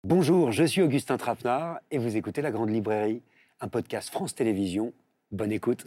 Bonjour, je suis Augustin Trapenard et vous écoutez La Grande Librairie, un podcast France Télévisions. Bonne écoute.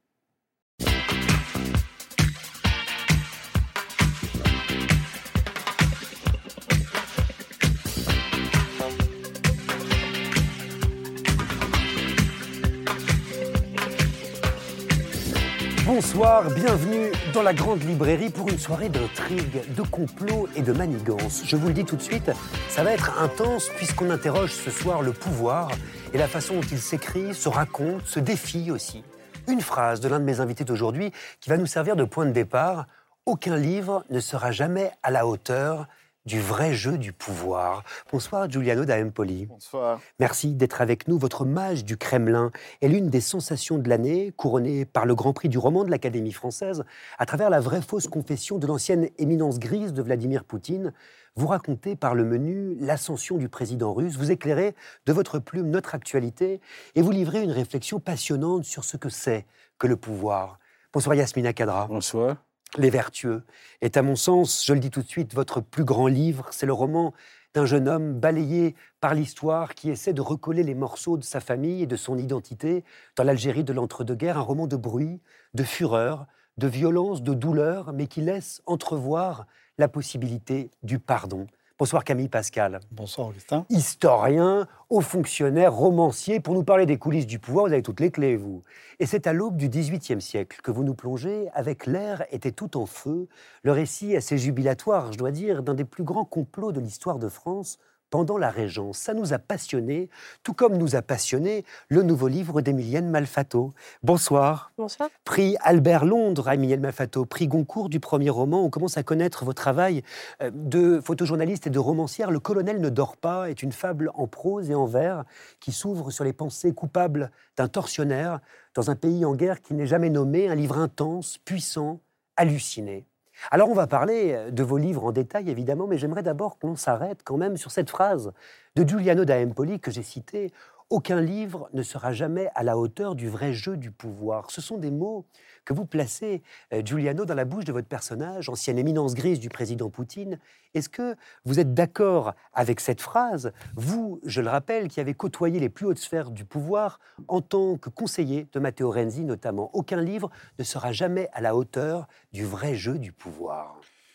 Bonsoir, bienvenue dans La Grande Librairie pour une soirée d'intrigue, de complot et de manigance. Je vous le dis tout de suite, ça va être intense puisqu'on interroge ce soir le pouvoir et la façon dont il s'écrit, se raconte, se défie aussi. Une phrase de l'un de mes invités d'aujourd'hui qui va nous servir de point de départ. Aucun livre ne sera jamais à la hauteur du vrai jeu du pouvoir. Bonsoir Giuliano da Empoli. Bonsoir. Merci d'être avec nous. Votre Mage du Kremlin est l'une des sensations de l'année, couronnée par le Grand Prix du roman de l'Académie française, à travers la vraie fausse confession de l'ancienne éminence grise de Vladimir Poutine. Vous racontez par le menu l'ascension du président russe, vous éclairez de votre plume notre actualité et vous livrez une réflexion passionnante sur ce que c'est que le pouvoir. Bonsoir Yasmina Kadra. Bonsoir. Les Vertueux est, à mon sens, je le dis tout de suite, votre plus grand livre. C'est le roman d'un jeune homme balayé par l'histoire qui essaie de recoller les morceaux de sa famille et de son identité dans l'Algérie de l'entre-deux-guerres. Un roman de bruit, de fureur, de violence, de douleur, mais qui laisse entrevoir la possibilité du pardon. Bonsoir Camille Pascal. Bonsoir Augustin. Historien, haut fonctionnaire, romancier, pour nous parler des coulisses du pouvoir, vous avez toutes les clés, vous. Et c'est à l'aube du XVIIIe siècle que vous nous plongez, avec l'air était tout en feu, le récit assez jubilatoire, je dois dire, d'un des plus grands complots de l'histoire de France, pendant la Régence. Ça nous a passionnés, tout comme nous a passionné le nouveau livre d'Emilienne Malfatto. Bonsoir. Bonsoir. Prix Albert Londres à Emilienne Malfatto, prix Goncourt du premier roman. On commence à connaître votre travail de photojournaliste et de romancière. Le colonel ne dort pas est une fable en prose et en vers qui s'ouvre sur les pensées coupables d'un tortionnaire dans un pays en guerre qui n'est jamais nommé. Un livre intense, puissant, halluciné. Alors on va parler de vos livres en détail évidemment, mais j'aimerais d'abord qu'on s'arrête quand même sur cette phrase de Giuliano da Empoli que j'ai citée. Aucun livre ne sera jamais à la hauteur du vrai jeu du pouvoir. Ce sont des mots que vous placez, Giuliano, dans la bouche de votre personnage, ancienne éminence grise du président Poutine. Est-ce que vous êtes d'accord avec cette phrase, vous, je le rappelle, qui avez côtoyé les plus hautes sphères du pouvoir en tant que conseiller de Matteo Renzi notamment. Aucun livre ne sera jamais à la hauteur du vrai jeu du pouvoir.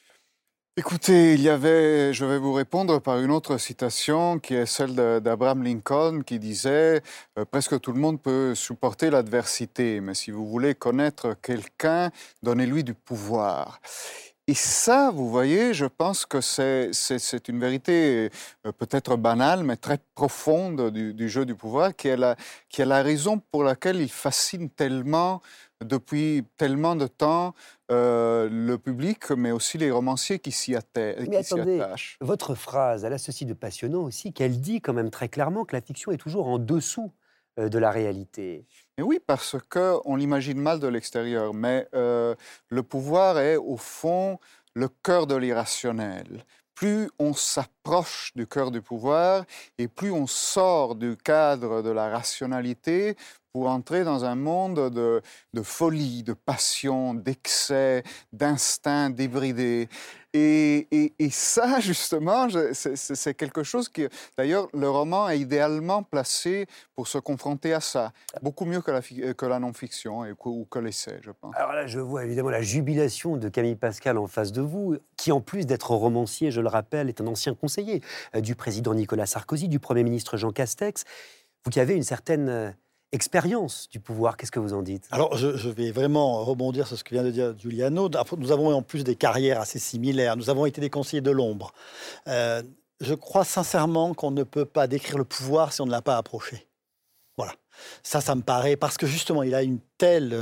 Écoutez, je vais vous répondre par une autre citation qui est celle d'Abraham Lincoln qui disait presque tout le monde peut supporter l'adversité, mais si vous voulez connaître quelqu'un, donnez-lui du pouvoir. Et ça, vous voyez, je pense que c'est une vérité peut-être banale, mais très profonde du jeu du pouvoir, qui est la raison pour laquelle il fascine tellement, depuis tellement de temps, le public, mais aussi les romanciers qui s'y attachent. Votre phrase, elle a ceci de passionnant aussi, qu'elle dit quand même très clairement que la fiction est toujours en dessous de la réalité. Et oui, parce qu'on l'imagine mal de l'extérieur, mais le pouvoir est au fond le cœur de l'irrationnel. Plus on s'approche du cœur du pouvoir et plus on sort du cadre de la rationalité pour entrer dans un monde de folie, de passion, d'excès, d'instinct débridé. Et ça, justement, c'est quelque chose qui... D'ailleurs, le roman est idéalement placé pour se confronter à ça. Beaucoup mieux que la non-fiction ou que l'essai, je pense. Alors là, je vois évidemment la jubilation de Camille Pascal en face de vous, qui en plus d'être romancier, je le rappelle, est un ancien conseiller du président Nicolas Sarkozy, du Premier ministre Jean Castex. Vous qui avez une certaine... expérience du pouvoir, qu'est-ce que vous en dites? Alors, je vais vraiment rebondir sur ce que vient de dire Giuliano. Nous avons en plus des carrières assez similaires. Nous avons été des conseillers de l'ombre. Je crois sincèrement qu'on ne peut pas décrire le pouvoir si on ne l'a pas approché. Voilà. Ça me paraît... Parce que justement, il a une telle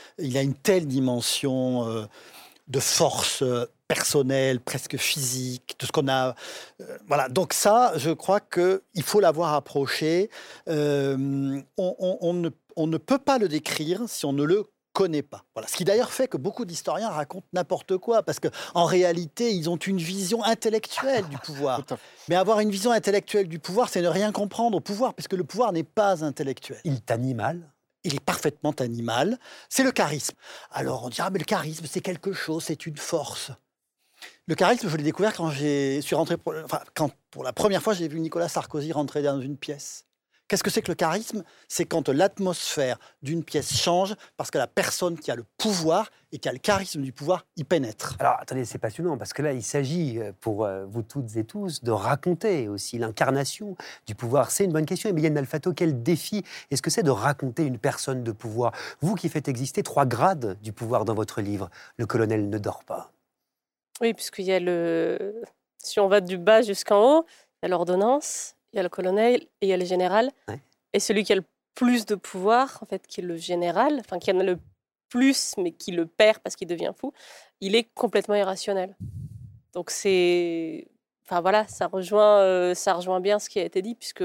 dimension de force personnelle, presque physique, de ce qu'on a... voilà, donc ça, je crois qu'il faut l'avoir approché. On ne peut pas le décrire si on ne le connaît pas. Voilà. Ce qui d'ailleurs fait que beaucoup d'historiens racontent n'importe quoi, parce qu'en réalité, ils ont une vision intellectuelle du pouvoir. Mais avoir une vision intellectuelle du pouvoir, c'est ne rien comprendre au pouvoir, puisque le pouvoir n'est pas intellectuel. Il est animal. Il est parfaitement animal. C'est le charisme. Alors on dira, mais le charisme, c'est quelque chose, c'est une force. Le charisme, je l'ai découvert quand je suis rentré quand pour la première fois j'ai vu Nicolas Sarkozy rentrer dans une pièce. Qu'est-ce que c'est que le charisme? C'est quand l'atmosphère d'une pièce change parce que la personne qui a le pouvoir et qui a le charisme du pouvoir y pénètre. Alors, attendez, c'est passionnant, parce que là, il s'agit, pour vous toutes et tous, de raconter aussi l'incarnation du pouvoir. C'est une bonne question. Emilienne Malfatto, quel défi est-ce que c'est de raconter une personne de pouvoir? Vous qui faites exister 3 grades du pouvoir dans votre livre, Le colonel ne dort pas. Oui, puisqu'il y a si on va du bas jusqu'en haut, il y a l'ordonnance, il y a le colonel et il y a le général. Ouais. Et celui qui a le plus de pouvoir, en fait, qui est le général, enfin, qui en a le plus, mais qui le perd parce qu'il devient fou, il est complètement irrationnel. Donc enfin voilà, ça rejoint bien ce qui a été dit, puisque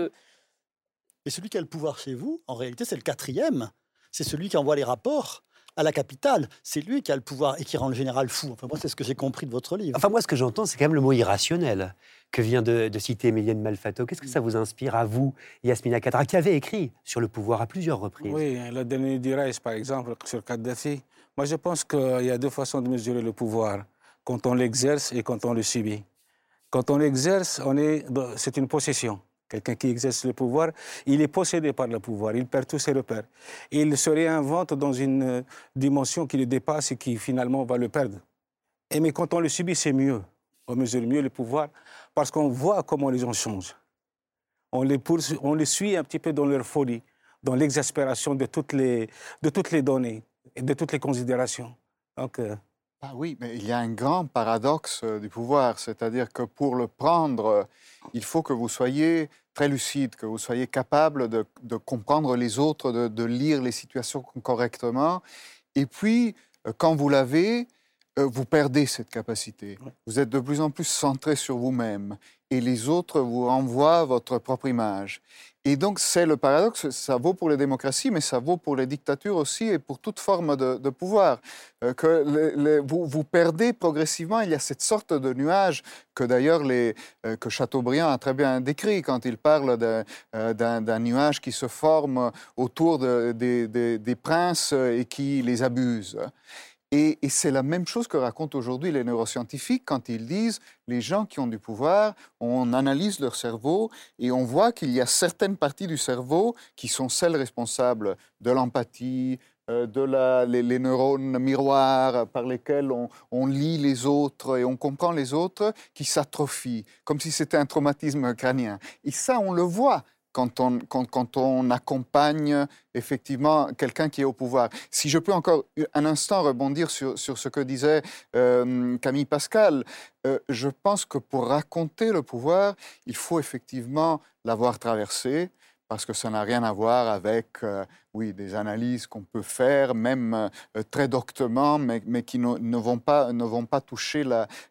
Et celui qui a le pouvoir chez vous, en réalité, c'est le 4e. C'est celui qui envoie les rapports à la capitale. C'est lui qui a le pouvoir et qui rend le général fou. Enfin, moi, c'est ce que j'ai compris de votre livre. Enfin, moi, ce que j'entends, c'est quand même le mot irrationnel que vient de citer Emilienne Malfatto. Qu'est-ce que ça vous inspire à vous, Yasmina Khadra, qui avait écrit sur le pouvoir à plusieurs reprises? Oui, le dernier du Reich, par exemple, sur Kadhafi. Moi, je pense qu'il y a 2 façons de mesurer le pouvoir, quand on l'exerce et quand on le subit. Quand on l'exerce, c'est une possession. Quelqu'un qui exerce le pouvoir, il est possédé par le pouvoir, il perd tous ses repères. Il se réinvente dans une dimension qui le dépasse et qui finalement va le perdre. Mais quand on le subit, c'est mieux. On mesure mieux le pouvoir parce qu'on voit comment les gens changent. On les suit un petit peu dans leur folie, dans l'exaspération de toutes les données et de toutes les considérations. Donc, Ah oui, mais il y a un grand paradoxe du pouvoir, c'est-à-dire que pour le prendre, il faut que vous soyez très lucide, que vous soyez capable de comprendre les autres, de lire les situations correctement. Et puis, quand vous l'avez, vous perdez cette capacité. Ouais. Vous êtes de plus en plus centré sur vous-même et les autres vous renvoient votre propre image. Et donc, c'est le paradoxe, ça vaut pour les démocraties, mais ça vaut pour les dictatures aussi et pour toute forme de pouvoir. Vous perdez progressivement, il y a cette sorte de nuage que d'ailleurs que Chateaubriand a très bien décrit quand il parle d'un nuage qui se forme autour des princes et qui les abuse. Et c'est la même chose que racontent aujourd'hui les neuroscientifiques quand ils disent les gens qui ont du pouvoir, on analyse leur cerveau et on voit qu'il y a certaines parties du cerveau qui sont celles responsables de l'empathie, les neurones miroirs par lesquels on lit les autres et on comprend les autres, qui s'atrophient, comme si c'était un traumatisme crânien. Et ça, on le voit quand on accompagne effectivement quelqu'un qui est au pouvoir. Si je peux encore un instant rebondir sur ce que disait Camille Pascal, je pense que pour raconter le pouvoir, il faut effectivement l'avoir traversé, parce que ça n'a rien à voir avec des analyses qu'on peut faire, même très doctement, mais qui ne vont pas toucher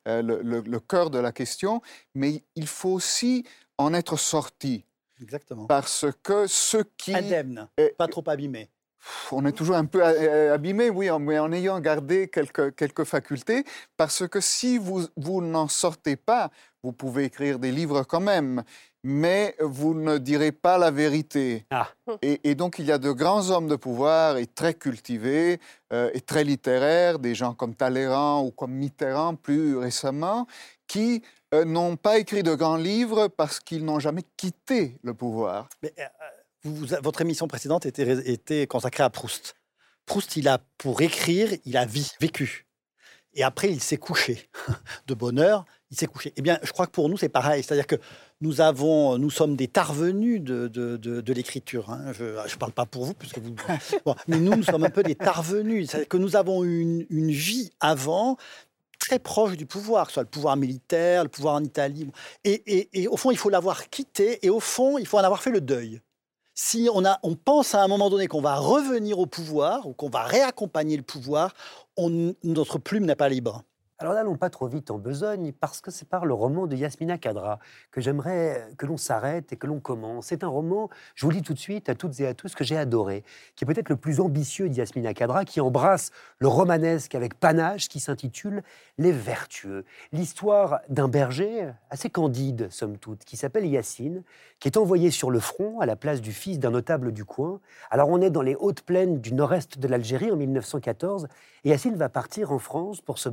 le cœur de la question. Mais il faut aussi en être sorti. Exactement. Parce que ceux qui... Indemne, pas trop abîmé. On est toujours un peu abîmé, oui, mais en ayant gardé quelques facultés, parce que si vous n'en sortez pas, vous pouvez écrire des livres quand même, mais vous ne direz pas la vérité. Ah. Et donc, il y a de grands hommes de pouvoir et très cultivés et très littéraires, des gens comme Talleyrand ou comme Mitterrand plus récemment, qui n'ont pas écrit de grands livres parce qu'ils n'ont jamais quitté le pouvoir. Mais, votre émission précédente était consacrée à Proust. Proust, pour écrire, il a vécu. Et après, il s'est couché. De bonne heure, il s'est couché. Eh bien, je crois que pour nous, c'est pareil. C'est-à-dire que nous sommes des parvenus de l'écriture. Hein. Je ne parle pas pour vous, puisque vous... Bon, mais nous sommes un peu des parvenus. C'est-à-dire que nous avons eu une vie avant très proche du pouvoir, que ce soit le pouvoir militaire, le pouvoir en Italie. Et au fond, il faut l'avoir quitté. Et au fond, il faut en avoir fait le deuil. Si on pense à un moment donné qu'on va revenir au pouvoir ou qu'on va réaccompagner le pouvoir, notre plume n'est pas libre. Alors n'allons pas trop vite en besogne, parce que c'est par le roman de Yasmina Khadra que j'aimerais que l'on s'arrête et que l'on commence. C'est un roman, je vous le dis tout de suite à toutes et à tous, que j'ai adoré, qui est peut-être le plus ambitieux de Yasmina Khadra, qui embrasse le romanesque avec panache, qui s'intitule « Les Vertueux ». L'histoire d'un berger assez candide, somme toute, qui s'appelle Yacine, qui est envoyé sur le front à la place du fils d'un notable du coin. Alors on est dans les hautes plaines du nord-est de l'Algérie en 1914, et Yacine va partir en France pour se battre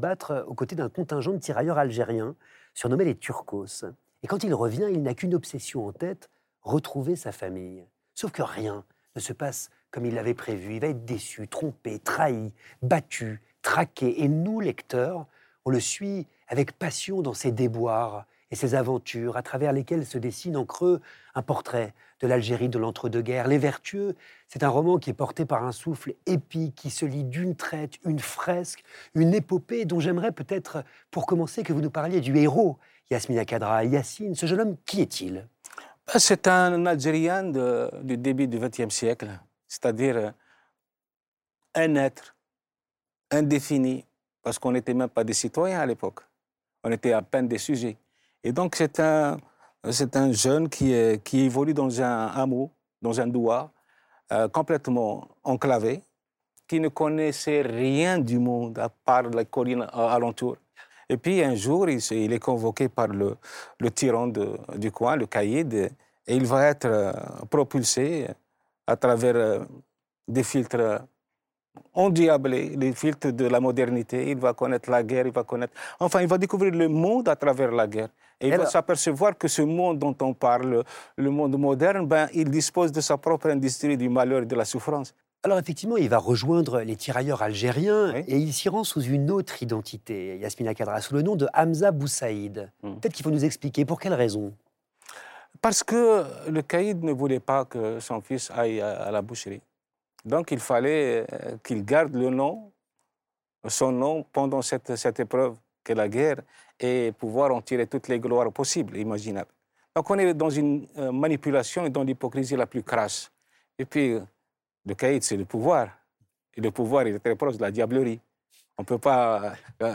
aux côtés d'un contingent de tirailleurs algériens, surnommés les Turcos. Et quand il revient, il n'a qu'une obsession en tête, retrouver sa famille. Sauf que rien ne se passe comme il l'avait prévu. Il va être déçu, trompé, trahi, battu, traqué. Et nous, lecteurs, on le suit avec passion dans ses déboires et ses aventures, à travers lesquelles se dessine en creux un portrait de l'Algérie de l'entre-deux-guerres. Les Vertueux, c'est un roman qui est porté par un souffle épique, qui se lit d'une traite, une fresque, une épopée dont j'aimerais peut-être, pour commencer, que vous nous parliez du héros, Yasmina Khadra. Yacine, ce jeune homme, qui est-il ? C'est un Algérien du début du XXe siècle, c'est-à-dire un être indéfini, parce qu'on n'était même pas des citoyens à l'époque, on était à peine des sujets. Et donc c'est un jeune qui évolue dans un hameau, dans un douar, complètement enclavé, qui ne connaissait rien du monde à part la colline alentour. Et puis un jour, il est convoqué par le tyran du coin, le caïd, et il va être propulsé à travers des filtres endiablés, les filtres de la modernité. Il va connaître la guerre, il va découvrir le monde à travers la guerre. Et il va s'apercevoir que ce monde dont on parle, le monde moderne, il dispose de sa propre industrie du malheur et de la souffrance. Alors effectivement, il va rejoindre les tirailleurs algériens, Oui. et il s'y rend sous une autre identité, Yasmina Khadra, sous le nom de Hamza Boussaïd. Peut-être qu'il faut nous expliquer pour quelle raison. Parce que le caïd ne voulait pas que son fils aille à la boucherie. Donc il fallait qu'il garde son nom pendant cette épreuve qu'est la guerre, et pouvoir en tirer toutes les gloires possibles, imaginables. Donc on est dans une manipulation et dans l'hypocrisie la plus crasse. Et puis, le caïd, c'est le pouvoir. Et le pouvoir, il est très proche de la diablerie. On ne peut pas...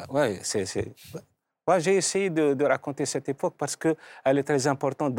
Moi, j'ai essayé de raconter cette époque parce qu'elle est très importante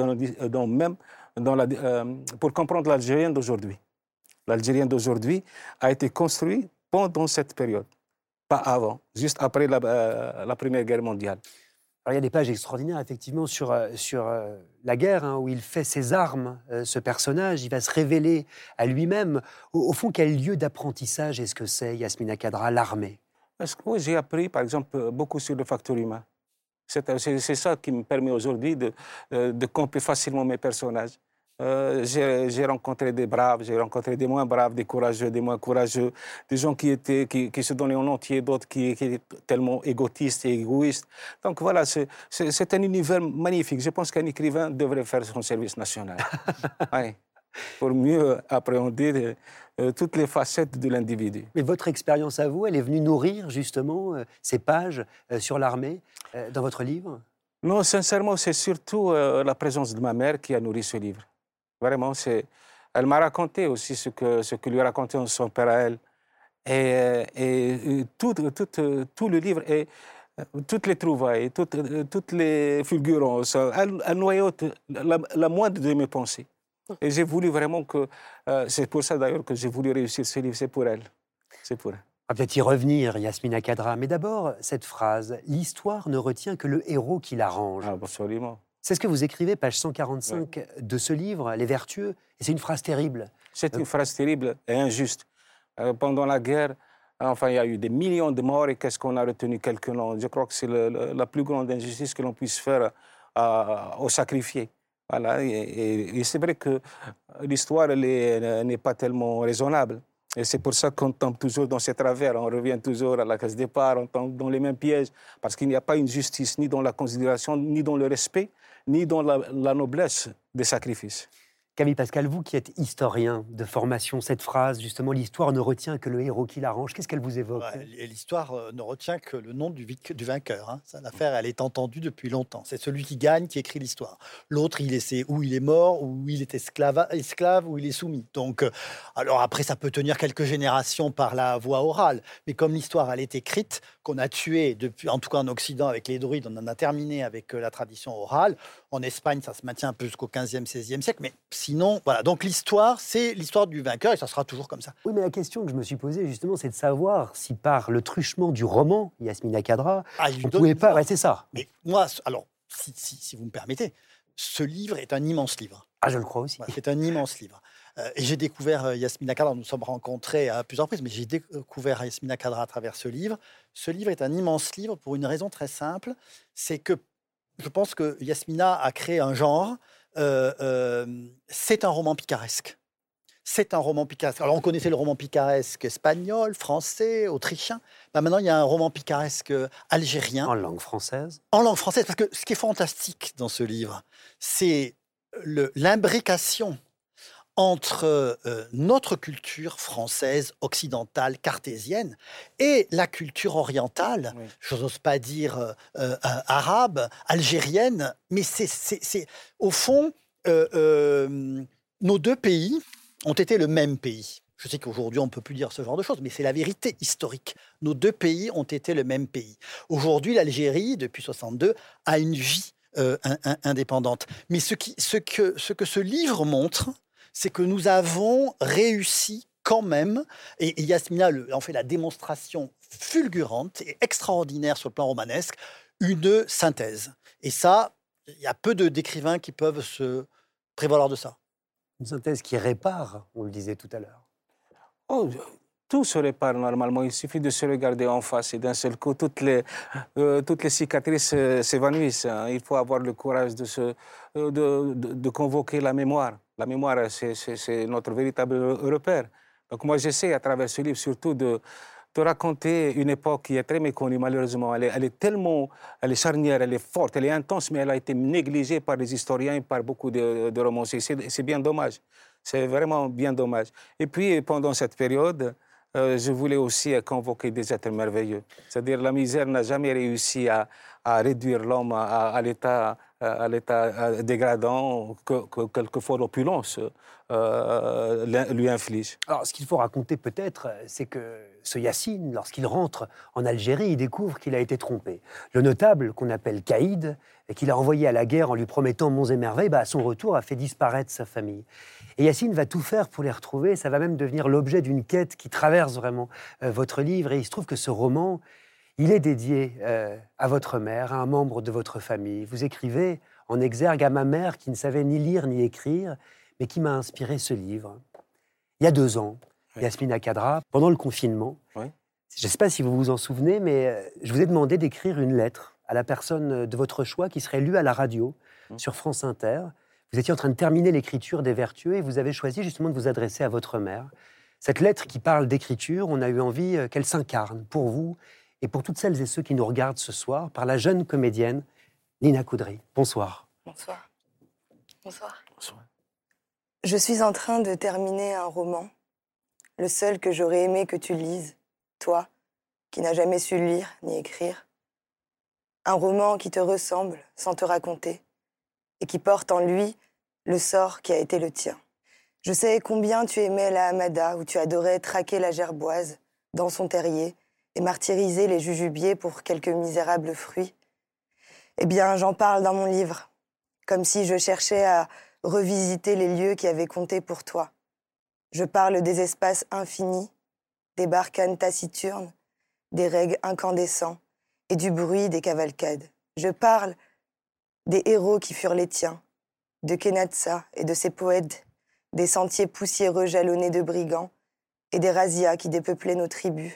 pour comprendre l'Algérien d'aujourd'hui. L'Algérien d'aujourd'hui a été construit pendant cette période, pas avant, juste après la Première Guerre mondiale. Alors, il y a des pages extraordinaires, effectivement, sur la guerre, où il fait ses armes, ce personnage. Il va se révéler à lui-même. Au fond, quel lieu d'apprentissage est-ce que c'est, Yasmina Khadra, l'armée ? Parce que moi, j'ai appris, par exemple, beaucoup sur le facteur humain. C'est ça qui me permet aujourd'hui de camper facilement mes personnages. J'ai rencontré des braves, j'ai rencontré des moins braves, des courageux, des moins courageux, des gens qui se donnaient en entier, d'autres qui étaient tellement égotistes et égoïstes. Donc voilà, c'est un univers magnifique. Je pense qu'un écrivain devrait faire son service national. Oui, pour mieux appréhender toutes les facettes de l'individu. Mais votre expérience à vous, elle est venue nourrir justement ces pages sur l'armée dans votre livre ? Non, sincèrement, c'est surtout la présence de ma mère qui a nourri ce livre. Vraiment, elle m'a raconté aussi ce que lui racontait son père à elle. Et tout le livre, et toutes les trouvailles, toutes les fulgurances, elle noyote la moindre de mes pensées. Et j'ai voulu vraiment que... c'est pour ça d'ailleurs que j'ai voulu réussir ce livre, c'est pour elle. C'est pour elle. On va peut-être y revenir, Yasmina Khadra. Mais d'abord, cette phrase, « L'histoire ne retient que le héros qui l'arrange ». Ah, absolument. C'est ce que vous écrivez, page 145 de ce livre, Les Vertueux, et c'est une phrase terrible. C'est une phrase terrible et injuste. Pendant la guerre, il y a eu des millions de morts, et qu'est-ce qu'on a retenu quelques noms? Je crois que c'est la plus grande injustice que l'on puisse faire aux sacrifiés. Voilà. Et c'est vrai que l'histoire n'est pas tellement raisonnable. Et c'est pour ça qu'on tombe toujours dans ces travers. On revient toujours à la case départ, on tombe dans les mêmes pièges, parce qu'il n'y a pas une justice ni dans la considération, ni dans le respect, ni dans la noblesse des sacrifices. Camille Pascal, vous qui êtes historien de formation, cette phrase, justement, l'histoire ne retient que le héros qui l'arrange, qu'est-ce qu'elle vous évoque? L'histoire ne retient que le nom du vainqueur. Hein. L'affaire, elle est entendue depuis longtemps. C'est celui qui gagne qui écrit l'histoire. L'autre, il sait où il est mort, où il est esclave, où il est soumis. Donc, alors après, ça peut tenir quelques générations par la voie orale. Mais comme l'histoire, elle est écrite, qu'on a tué, depuis, en tout cas en Occident, avec les druides, on en a terminé avec la tradition orale. En Espagne, ça se maintient un peu jusqu'au 15e, 16e siècle. Mais sinon, voilà. Donc l'histoire, c'est l'histoire du vainqueur et ça sera toujours comme ça. Oui, mais la question que je me suis posée, justement, c'est de savoir si par le truchement du roman, Yasmina Khadra, on ne pouvait pas... Ouais, c'est ça. Mais moi, alors, si vous me permettez, ce livre est un immense livre. Ah, je le crois aussi. Voilà, c'est un immense livre. Et j'ai découvert Yasmina Khadra, nous nous sommes rencontrés à plusieurs reprises, mais j'ai découvert Yasmina Khadra à travers ce livre. Ce livre est un immense livre pour une raison très simple, c'est que je pense que Yasmina a créé un genre, c'est un roman picaresque. C'est un roman picaresque. Alors, on connaissait le roman picaresque espagnol, français, autrichien. Ben, maintenant, il y a un roman picaresque algérien. En langue française. En langue française, parce que ce qui est fantastique dans ce livre, c'est l'imbrication entre notre culture française, occidentale, cartésienne, et la culture orientale, Oui. je n'ose pas dire arabe, algérienne, mais c'est au fond, nos deux pays ont été le même pays. Je sais qu'aujourd'hui, on ne peut plus dire ce genre de choses, mais c'est la vérité historique. Nos deux pays ont été le même pays. Aujourd'hui, l'Algérie, depuis 1962, a une vie indépendante. Mais ce que ce livre montre, c'est que nous avons réussi quand même, et Yasmina en fait la démonstration fulgurante et extraordinaire sur le plan romanesque, une synthèse. Et ça, il y a peu d'écrivains qui peuvent se prévaloir de ça. Une synthèse qui répare, on le disait tout à l'heure. Oh, tout se répare normalement. Il suffit de se regarder en face et d'un seul coup, toutes les cicatrices s'évanouissent. Hein. Il faut avoir le courage de convoquer la mémoire. La mémoire, c'est notre véritable repère. Donc moi, j'essaie à travers ce livre surtout de raconter une époque qui est très méconnue, malheureusement. Elle est charnière, elle est forte, elle est intense, mais elle a été négligée par les historiens et par beaucoup de romanciers. C'est bien dommage. C'est vraiment bien dommage. Et puis, pendant cette période, je voulais aussi convoquer des êtres merveilleux. C'est-à-dire la misère n'a jamais réussi à réduire l'homme à l'état dégradant que quelquefois l'opulence lui inflige. Alors, ce qu'il faut raconter peut-être, c'est que ce Yassine, lorsqu'il rentre en Algérie, il découvre qu'il a été trompé. Le notable, qu'on appelle Caïd, et qu'il a envoyé à la guerre en lui promettant monts et merveilles, à son retour a fait disparaître sa famille. Et Yassine va tout faire pour les retrouver, ça va même devenir l'objet d'une quête qui traverse vraiment votre livre. Et il se trouve que ce roman, il est dédié à votre mère, à un membre de votre famille. Vous écrivez en exergue à ma mère qui ne savait ni lire ni écrire, mais qui m'a inspiré ce livre. Il y a 2 ans, oui. Yasmina Khadra, pendant le confinement, oui. Je ne sais pas si vous vous en souvenez, mais je vous ai demandé d'écrire une lettre à la personne de votre choix qui serait lue à la radio sur France Inter. Vous étiez en train de terminer l'écriture des Vertueux et vous avez choisi justement de vous adresser à votre mère. Cette lettre qui parle d'écriture, on a eu envie qu'elle s'incarne pour vous et pour toutes celles et ceux qui nous regardent ce soir par la jeune comédienne Nina Coudry. Bonsoir. Bonsoir. Bonsoir. Bonsoir. Je suis en train de terminer un roman, le seul que j'aurais aimé que tu lises, toi, qui n'as jamais su lire ni écrire. Un roman qui te ressemble sans te raconter et qui porte en lui le sort qui a été le tien. Je sais combien tu aimais la Hamada, où tu adorais traquer la gerboise dans son terrier et martyriser les jujubiers pour quelques misérables fruits. Eh bien, j'en parle dans mon livre, comme si je cherchais à revisiter les lieux qui avaient compté pour toi. Je parle des espaces infinis, des barcanes taciturnes, des règles incandescents et du bruit des cavalcades. Je parle des héros qui furent les tiens, de Kenatsa et de ses poètes, des sentiers poussiéreux jalonnés de brigands et des razzias qui dépeuplaient nos tribus.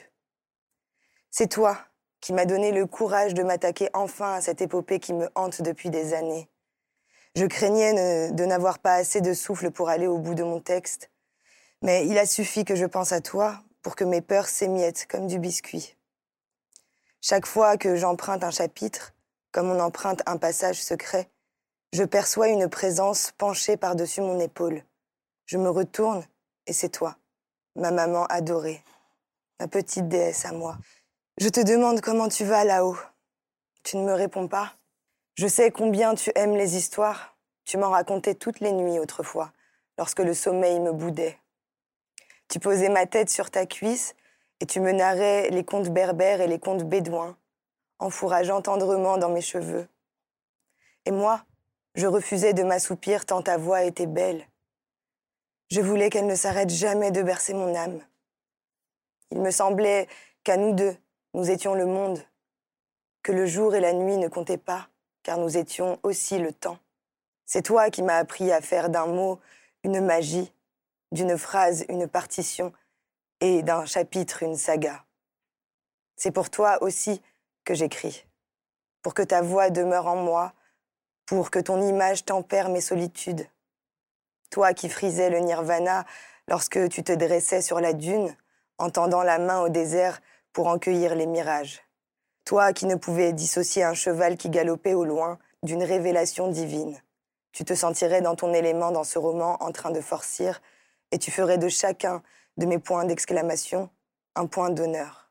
C'est toi qui m'as donné le courage de m'attaquer enfin à cette épopée qui me hante depuis des années. Je craignais de n'avoir pas assez de souffle pour aller au bout de mon texte, mais il a suffi que je pense à toi pour que mes peurs s'émiettent comme du biscuit. Chaque fois que j'emprunte un chapitre, comme on emprunte un passage secret, je perçois une présence penchée par-dessus mon épaule. Je me retourne et c'est toi, ma maman adorée, ma petite déesse à moi. Je te demande comment tu vas là-haut. Tu ne me réponds pas. Je sais combien tu aimes les histoires. Tu m'en racontais toutes les nuits autrefois, lorsque le sommeil me boudait. Tu posais ma tête sur ta cuisse et tu me narrais les contes berbères et les contes bédouins, enfourageant tendrement dans mes cheveux. Et moi, je refusais de m'assoupir tant ta voix était belle. Je voulais qu'elle ne s'arrête jamais de bercer mon âme. Il me semblait qu'à nous deux, nous étions le monde, que le jour et la nuit ne comptaient pas, car nous étions aussi le temps. C'est toi qui m'as appris à faire d'un mot une magie, d'une phrase une partition et d'un chapitre une saga. C'est pour toi aussi que j'écris, pour que ta voix demeure en moi, pour que ton image tempère mes solitudes. Toi qui frisais le nirvana lorsque tu te dressais sur la dune, en tendant la main au désert pour en cueillir les mirages. Toi qui ne pouvais dissocier un cheval qui galopait au loin d'une révélation divine. Tu te sentirais dans ton élément dans ce roman en train de forcir et tu ferais de chacun de mes points d'exclamation un point d'honneur.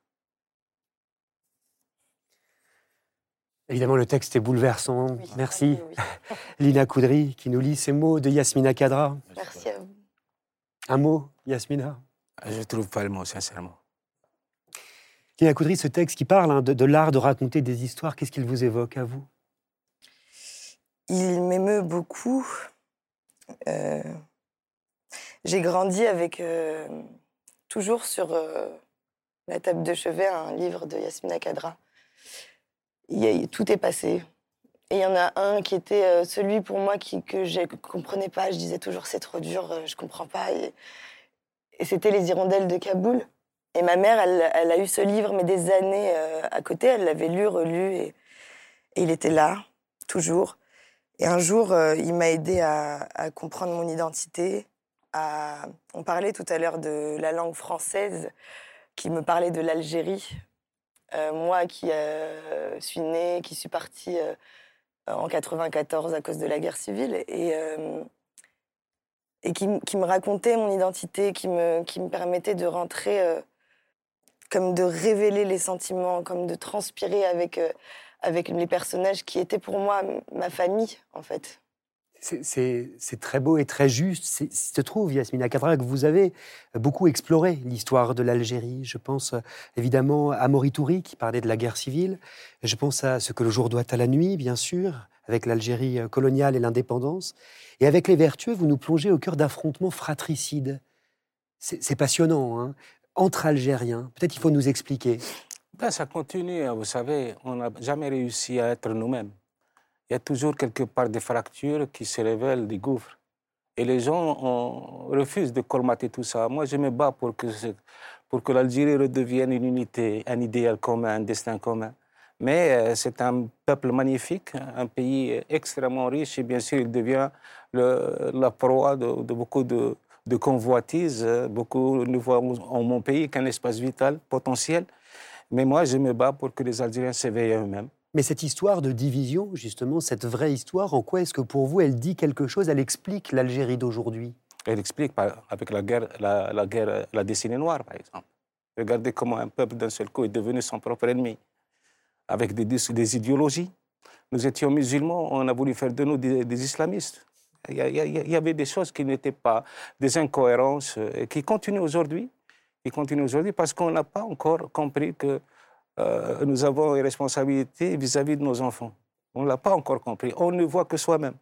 Évidemment, le texte est bouleversant. Oui. Merci. Oui. Lina Koudry, qui nous lit ces mots de Yasmina Khadra. Merci à vous. Un mot, Yasmina? Je ne trouve pas le mot, sincèrement. Lina Koudry, ce texte qui parle de l'art de raconter des histoires, qu'est-ce qu'il vous évoque à vous? Il m'émeut beaucoup. J'ai grandi avec toujours sur la table de chevet un livre de Yasmina Khadra. Tout est passé. Et il y en a un qui était celui pour moi que je ne comprenais pas. Je disais toujours c'est trop dur, je ne comprends pas. Et c'était Les Hirondelles de Kaboul. Et ma mère, elle a eu ce livre, mais des années à côté. Elle l'avait lu, relu. Et il était là, toujours. Et un jour, il m'a aidé à comprendre mon identité. On parlait tout à l'heure de la langue française, qui me parlait de l'Algérie. Moi qui suis née, qui suis partie en 94 à cause de la guerre civile, et qui me racontait mon identité, qui me permettait de rentrer, comme de révéler les sentiments, comme de transpirer avec les personnages qui étaient pour moi ma famille, en fait. C'est très beau et très juste. Il se trouve, Yasmina Khadra, que vous avez beaucoup exploré l'histoire de l'Algérie. Je pense évidemment à Maury Toury, qui parlait de la guerre civile. Je pense à Ce que le jour doit à la nuit, bien sûr, avec l'Algérie coloniale et l'indépendance. Et avec Les Vertueux, vous nous plongez au cœur d'affrontements fratricides. C'est passionnant, hein, entre Algériens. Peut-être qu'il faut nous expliquer. Ben, ça continue, vous savez, on n'a jamais réussi à être nous-mêmes. Il y a toujours quelque part des fractures qui se révèlent, des gouffres. Et les gens refusent de colmater tout ça. Moi, je me bats pour que l'Algérie redevienne une unité, un idéal commun, un destin commun. Mais c'est un peuple magnifique, un pays extrêmement riche. Et bien sûr, il devient la proie de beaucoup de convoitises. Beaucoup ne voient en mon pays qu'un espace vital, potentiel. Mais moi, je me bats pour que les Algériens s'éveillent eux-mêmes. Mais cette histoire de division, justement, cette vraie histoire, en quoi est-ce que pour vous, elle dit quelque chose, elle explique l'Algérie d'aujourd'hui? Elle explique avec la guerre, la décennie noire, par exemple. Regardez comment un peuple, d'un seul coup, est devenu son propre ennemi, avec des idéologies. Nous étions musulmans, on a voulu faire de nous des islamistes. Il y avait des choses qui n'étaient pas, des incohérences, qui continuent aujourd'hui. Parce qu'on n'a pas encore compris que nous avons une responsabilité vis-à-vis de nos enfants. On ne l'a pas encore compris. On ne voit que soi-même.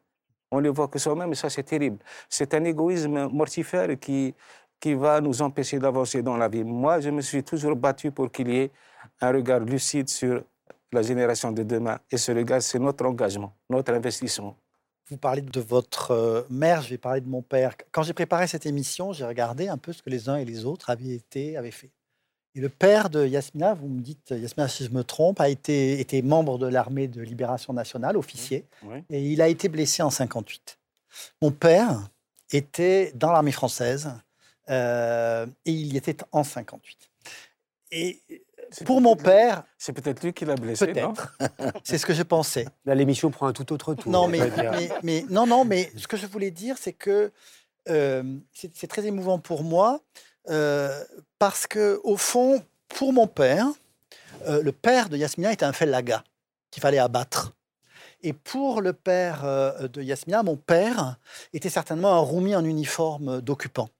Et ça, c'est terrible. C'est un égoïsme mortifère qui va nous empêcher d'avancer dans la vie. Moi, je me suis toujours battu pour qu'il y ait un regard lucide sur la génération de demain. Et ce regard, c'est notre engagement, notre investissement. Vous parlez de votre mère, je vais parler de mon père. Quand j'ai préparé cette émission, j'ai regardé un peu ce que les uns et les autres avaient fait. Et le père de Yasmina, vous me dites, Yasmina, si je me trompe, était membre de l'armée de libération nationale, officier, Oui. et il a été blessé en 58. Mon père était dans l'armée française, et il y était en 58. Et pour mon père... C'est peut-être lui qui l'a blessé, peut-être. C'est ce que je pensais. Là, l'émission prend un tout autre tour. Non, mais ce que je voulais dire, c'est que c'est très émouvant pour moi, parce que au fond, pour mon père, le père de Yasmina était un fellaga qu'il fallait abattre. Et pour le père de Yasmina, mon père était certainement un roumi en uniforme d'occupant.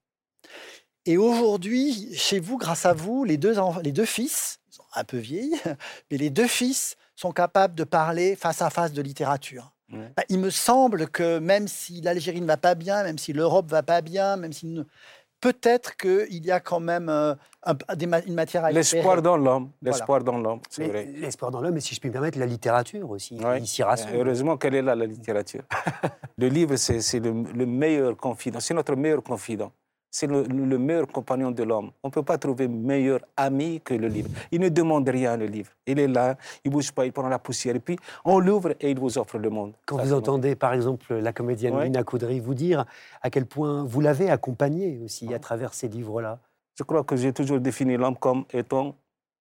Et aujourd'hui, chez vous, grâce à vous, les deux fils, ils sont un peu vieillis, mais les deux fils sont capables de parler face à face de littérature. Ouais. Il me semble que même si l'Algérie ne va pas bien, même si l'Europe ne va pas bien, même si peut-être qu'il y a quand même une matière à L'espoir espérer. dans l'homme, Voilà. l'espoir dans l'homme, c'est vrai. L'espoir dans l'homme, et si je puis me permettre, la littérature aussi. Ouais. Il s'y rassemble. Heureusement qu'elle est là, la littérature. Le livre, c'est le meilleur confident, c'est notre meilleur confident. C'est le meilleur compagnon de l'homme. On ne peut pas trouver meilleur ami que le livre. Il ne demande rien, le livre. Il est là, il ne bouge pas, il prend la poussière. Et puis, on l'ouvre et il vous offre le monde. Quand Ça, vous c'est entendez, par exemple, la comédienne Ouais. Lina Coudry vous dire à quel point vous l'avez accompagnée aussi à travers ces livres-là. Je crois que j'ai toujours défini l'homme comme étant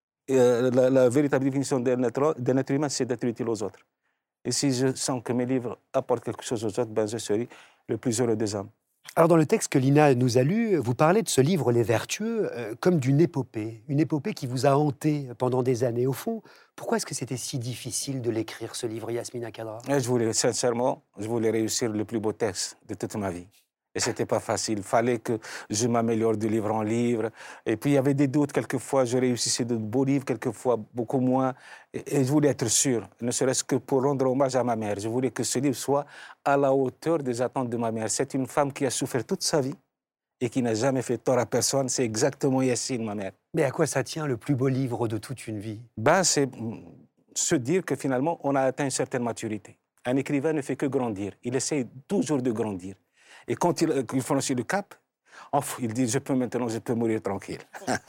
la véritable définition d'un être humain, c'est d'être utile aux autres. Et si je sens que mes livres apportent quelque chose aux autres, ben je serai le plus heureux des hommes. Alors, dans le texte que Lina nous a lu, vous parlez de ce livre, Les Vertueux, comme d'une épopée. Une épopée qui vous a hanté pendant des années. Au fond, pourquoi est-ce que c'était si difficile de l'écrire, ce livre, Yasmina Khadra? Et sincèrement, je voulais réussir le plus beau texte de toute ma vie. Et ce n'était pas facile. Il fallait que je m'améliore de livre en livre. Et puis, il y avait des doutes. Quelquefois, je réussissais de beaux livres, quelquefois beaucoup moins. Et je voulais être sûr, ne serait-ce que pour rendre hommage à ma mère. Je voulais que ce livre soit à la hauteur des attentes de ma mère. C'est une femme qui a souffert toute sa vie et qui n'a jamais fait tort à personne. C'est exactement Yacine, ma mère. Mais à quoi ça tient, le plus beau livre de toute une vie? Ben, c'est se dire que finalement, on a atteint une certaine maturité. Un écrivain ne fait que grandir. Il essaie toujours de grandir. Et quand il franchit le cap, il dit « je peux mourir tranquille ».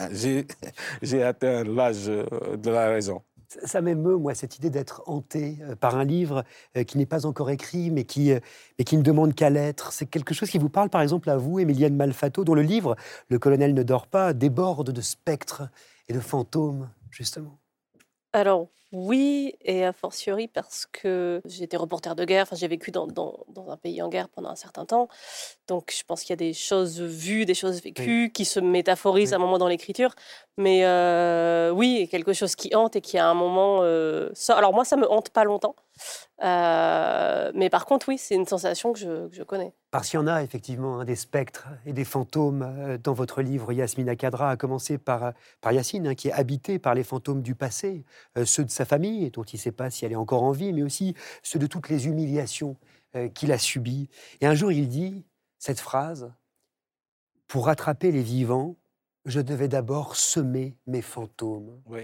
J'ai atteint l'âge de la raison. Ça m'émeut, moi, cette idée d'être hanté par un livre qui n'est pas encore écrit, mais qui ne demande qu'à l'être. C'est quelque chose qui vous parle, par exemple, à vous, Emilienne Malfatto, dont le livre « Le colonel ne dort pas » déborde de spectres et de fantômes, justement. Alors, oui, et a fortiori parce que j'ai été reporter de guerre, j'ai vécu dans un pays en guerre pendant un certain temps. Donc, je pense qu'il y a des choses vues, des choses vécues qui se métaphorisent à un moment dans l'écriture. Mais oui, quelque chose qui hante et qui à un moment sort. Alors, moi, ça ne me hante pas longtemps. Mais par contre, oui, c'est une sensation que je connais. Parce qu'il y en a effectivement des spectres et des fantômes dans votre livre, Yasmina Khadra, à commencer par Yacine, qui est habité par les fantômes du passé, ceux de sa famille, dont il ne sait pas si elle est encore en vie, mais aussi ceux de toutes les humiliations qu'il a subies. Et un jour, il dit cette phrase « Pour rattraper les vivants, je devais d'abord semer mes fantômes. » Oui,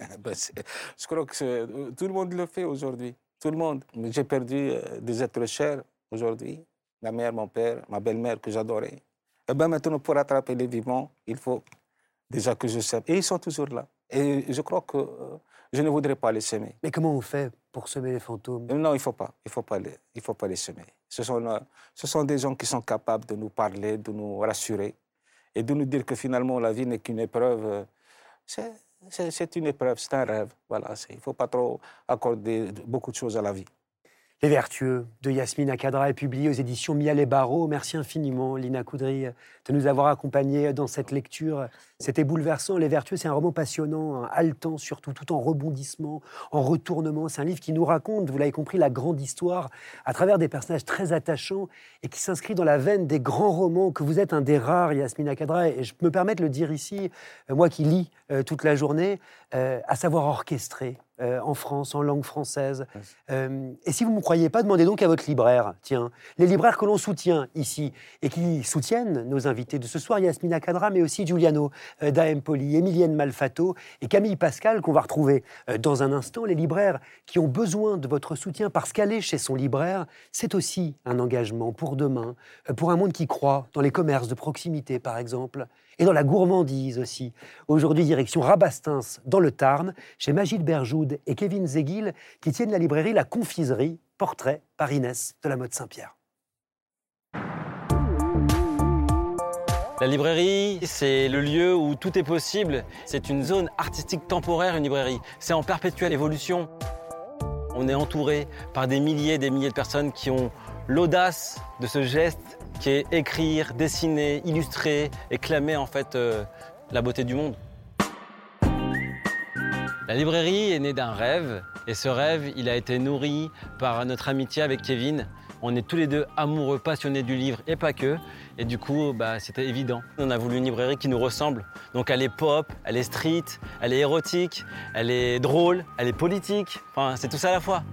je crois que tout le monde le fait aujourd'hui. Tout le monde. J'ai perdu des êtres chers aujourd'hui. Ma mère, mon père, ma belle-mère que j'adorais. Et bien maintenant, pour rattraper les vivants, il faut déjà que je sème. Et ils sont toujours là. Et je crois que je ne voudrais pas les semer. Mais comment on fait pour semer les fantômes? Non, il ne faut pas. Il faut pas les semer. Ce sont des gens qui sont capables de nous parler, de nous rassurer et de nous dire que finalement, la vie n'est qu'une épreuve. C'est une épreuve, c'est un rêve. Voilà, il ne faut pas trop accorder beaucoup de choses à la vie. Les Vertueux de Yasmina Khadra est publié aux éditions Miel et Barreau. Merci infiniment, Lina Coudry, de nous avoir accompagnés dans cette lecture. C'était bouleversant. Les Vertueux, c'est un roman passionnant, haletant surtout, tout en rebondissement, en retournement. C'est un livre qui nous raconte, vous l'avez compris, la grande histoire à travers des personnages très attachants et qui s'inscrit dans la veine des grands romans, que vous êtes un des rares, Yasmina Khadra. Et je me permets de le dire ici, moi qui lis toute la journée, à savoir orchestrer. En France, en langue française. Et si vous ne me croyez pas, demandez donc à votre libraire. Tiens, les libraires que l'on soutient ici et qui soutiennent nos invités de ce soir, Yasmina Khadra, mais aussi Giuliano da Empoli, Emilienne Malfatto et Camille Pascal, qu'on va retrouver dans un instant. Les libraires qui ont besoin de votre soutien parce qu'aller chez son libraire, c'est aussi un engagement pour demain, pour un monde qui croit dans les commerces de proximité, par exemple, et dans la gourmandise aussi. Aujourd'hui, direction Rabastens, dans le Tarn, chez Magid Berjoud et Kevin Zeguil, qui tiennent la librairie La Confiserie, portrait par Inès de la Motte Saint-Pierre. La librairie, c'est le lieu où tout est possible. C'est une zone artistique temporaire, une librairie. C'est en perpétuelle évolution. On est entouré par des milliers de personnes qui ont l'audace de ce geste qui est écrire, dessiner, illustrer et clamer en fait la beauté du monde. La librairie est née d'un rêve et ce rêve, il a été nourri par notre amitié avec Kevin. On est tous les deux amoureux, passionnés du livre et pas que. Et du coup, c'était évident. On a voulu une librairie qui nous ressemble. Donc elle est pop, elle est street, elle est érotique, elle est drôle, elle est politique. Enfin, c'est tout ça à la fois.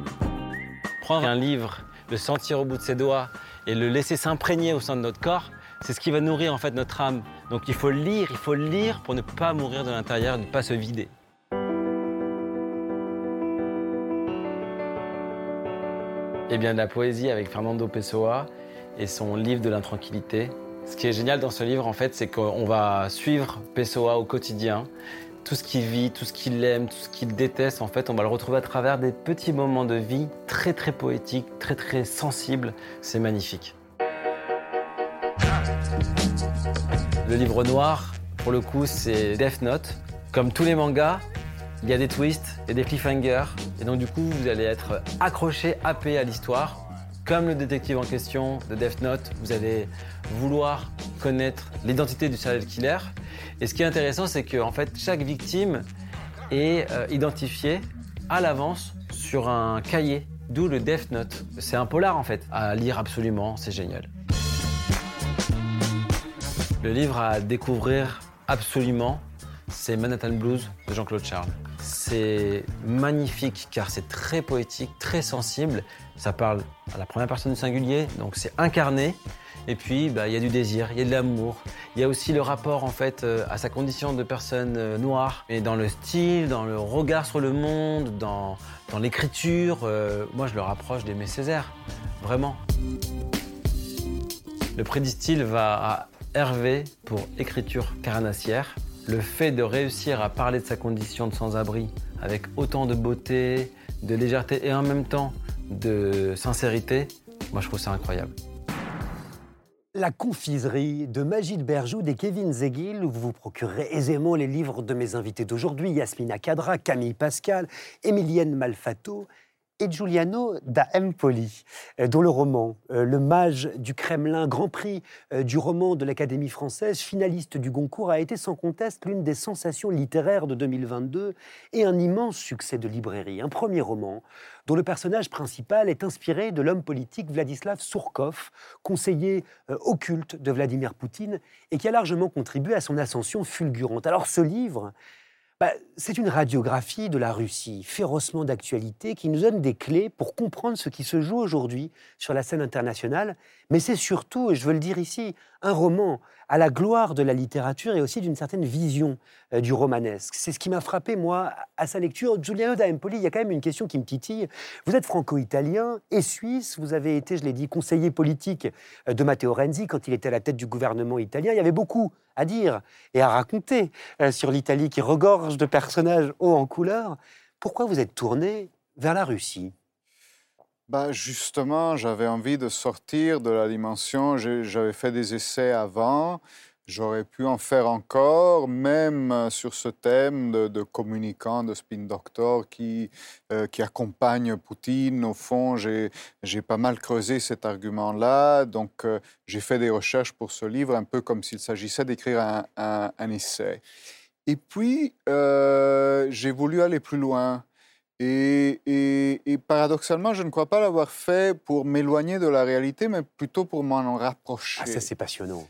Prendre un livre, le sentir au bout de ses doigts et le laisser s'imprégner au sein de notre corps, C'est ce qui va nourrir en fait notre âme. Donc il faut le lire pour ne pas mourir de l'intérieur, ne pas se vider. Et bien de la poésie avec Fernando Pessoa et son livre de l'intranquillité. Ce qui est génial dans ce livre, en fait, c'est qu'on va suivre Pessoa au quotidien. Tout ce qu'il vit, tout ce qu'il aime, tout ce qu'il déteste, en fait, on va le retrouver à travers des petits moments de vie très très poétiques, très très sensibles. C'est magnifique. Le livre noir, pour le coup, c'est Death Note. Comme tous les mangas, il y a des twists et des cliffhangers. Et donc du coup, vous allez être accroché, happé à l'histoire. Comme le détective en question de Death Note, vous allez vouloir connaître l'identité du serial killer. Et ce qui est intéressant, c'est que en fait, chaque victime est identifiée à l'avance sur un cahier, d'où le Death Note. C'est un polar en fait, à lire absolument, c'est génial. Le livre à découvrir absolument, c'est Manhattan Blues de Jean-Claude Charles. C'est magnifique car c'est très poétique, très sensible. Ça parle à la première personne du singulier, donc c'est incarné. Et puis, il y a du désir, il y a de l'amour. Il y a aussi le rapport en fait à sa condition de personne noire. Et dans le style, dans le regard sur le monde, dans l'écriture, moi je le rapproche d'Aimé Césaire, vraiment. Le prix du style va à Hervé pour écriture carnassière. Le fait de réussir à parler de sa condition de sans-abri avec autant de beauté, de légèreté et en même temps de sincérité, moi je trouve ça incroyable. La confiserie de Magid Berjoud et Kevin Zeghil, où vous vous procurerez aisément les livres de mes invités d'aujourd'hui, Yasmina Khadra, Camille Pascal, Emilienne Malfatto et Giuliano da Empoli, dont le roman Le Mage du Kremlin, Grand Prix du roman de l'Académie française, finaliste du Goncourt, a été sans conteste l'une des sensations littéraires de 2022 et un immense succès de librairie. Un premier roman dont le personnage principal est inspiré de l'homme politique Vladislav Surkov, conseiller occulte de Vladimir Poutine, et qui a largement contribué à son ascension fulgurante. Alors ce livre, c'est une radiographie de la Russie, férocement d'actualité, qui nous donne des clés pour comprendre ce qui se joue aujourd'hui sur la scène internationale. Mais c'est surtout, et je veux le dire ici, un roman à la gloire de la littérature et aussi d'une certaine vision du romanesque. C'est ce qui m'a frappé, moi, à sa lecture. Giuliano da Empoli, il y a quand même une question qui me titille. Vous êtes franco-italien et suisse, vous avez été, je l'ai dit, conseiller politique de Matteo Renzi quand il était à la tête du gouvernement italien. Il y avait beaucoup à dire et à raconter sur l'Italie qui regorge de personnages hauts en couleur. Pourquoi vous êtes tourné vers la Russie ? Justement, j'avais envie de sortir de la dimension. J'avais fait des essais avant. J'aurais pu en faire encore, même sur ce thème de communicants, de spin doctor qui accompagnent Poutine. Au fond, j'ai pas mal creusé cet argument-là. Donc, j'ai fait des recherches pour ce livre, un peu comme s'il s'agissait d'écrire un essai. Et puis, j'ai voulu aller plus loin. Et paradoxalement, je ne crois pas l'avoir fait pour m'éloigner de la réalité, mais plutôt pour m'en rapprocher. Ah, ça, c'est passionnant.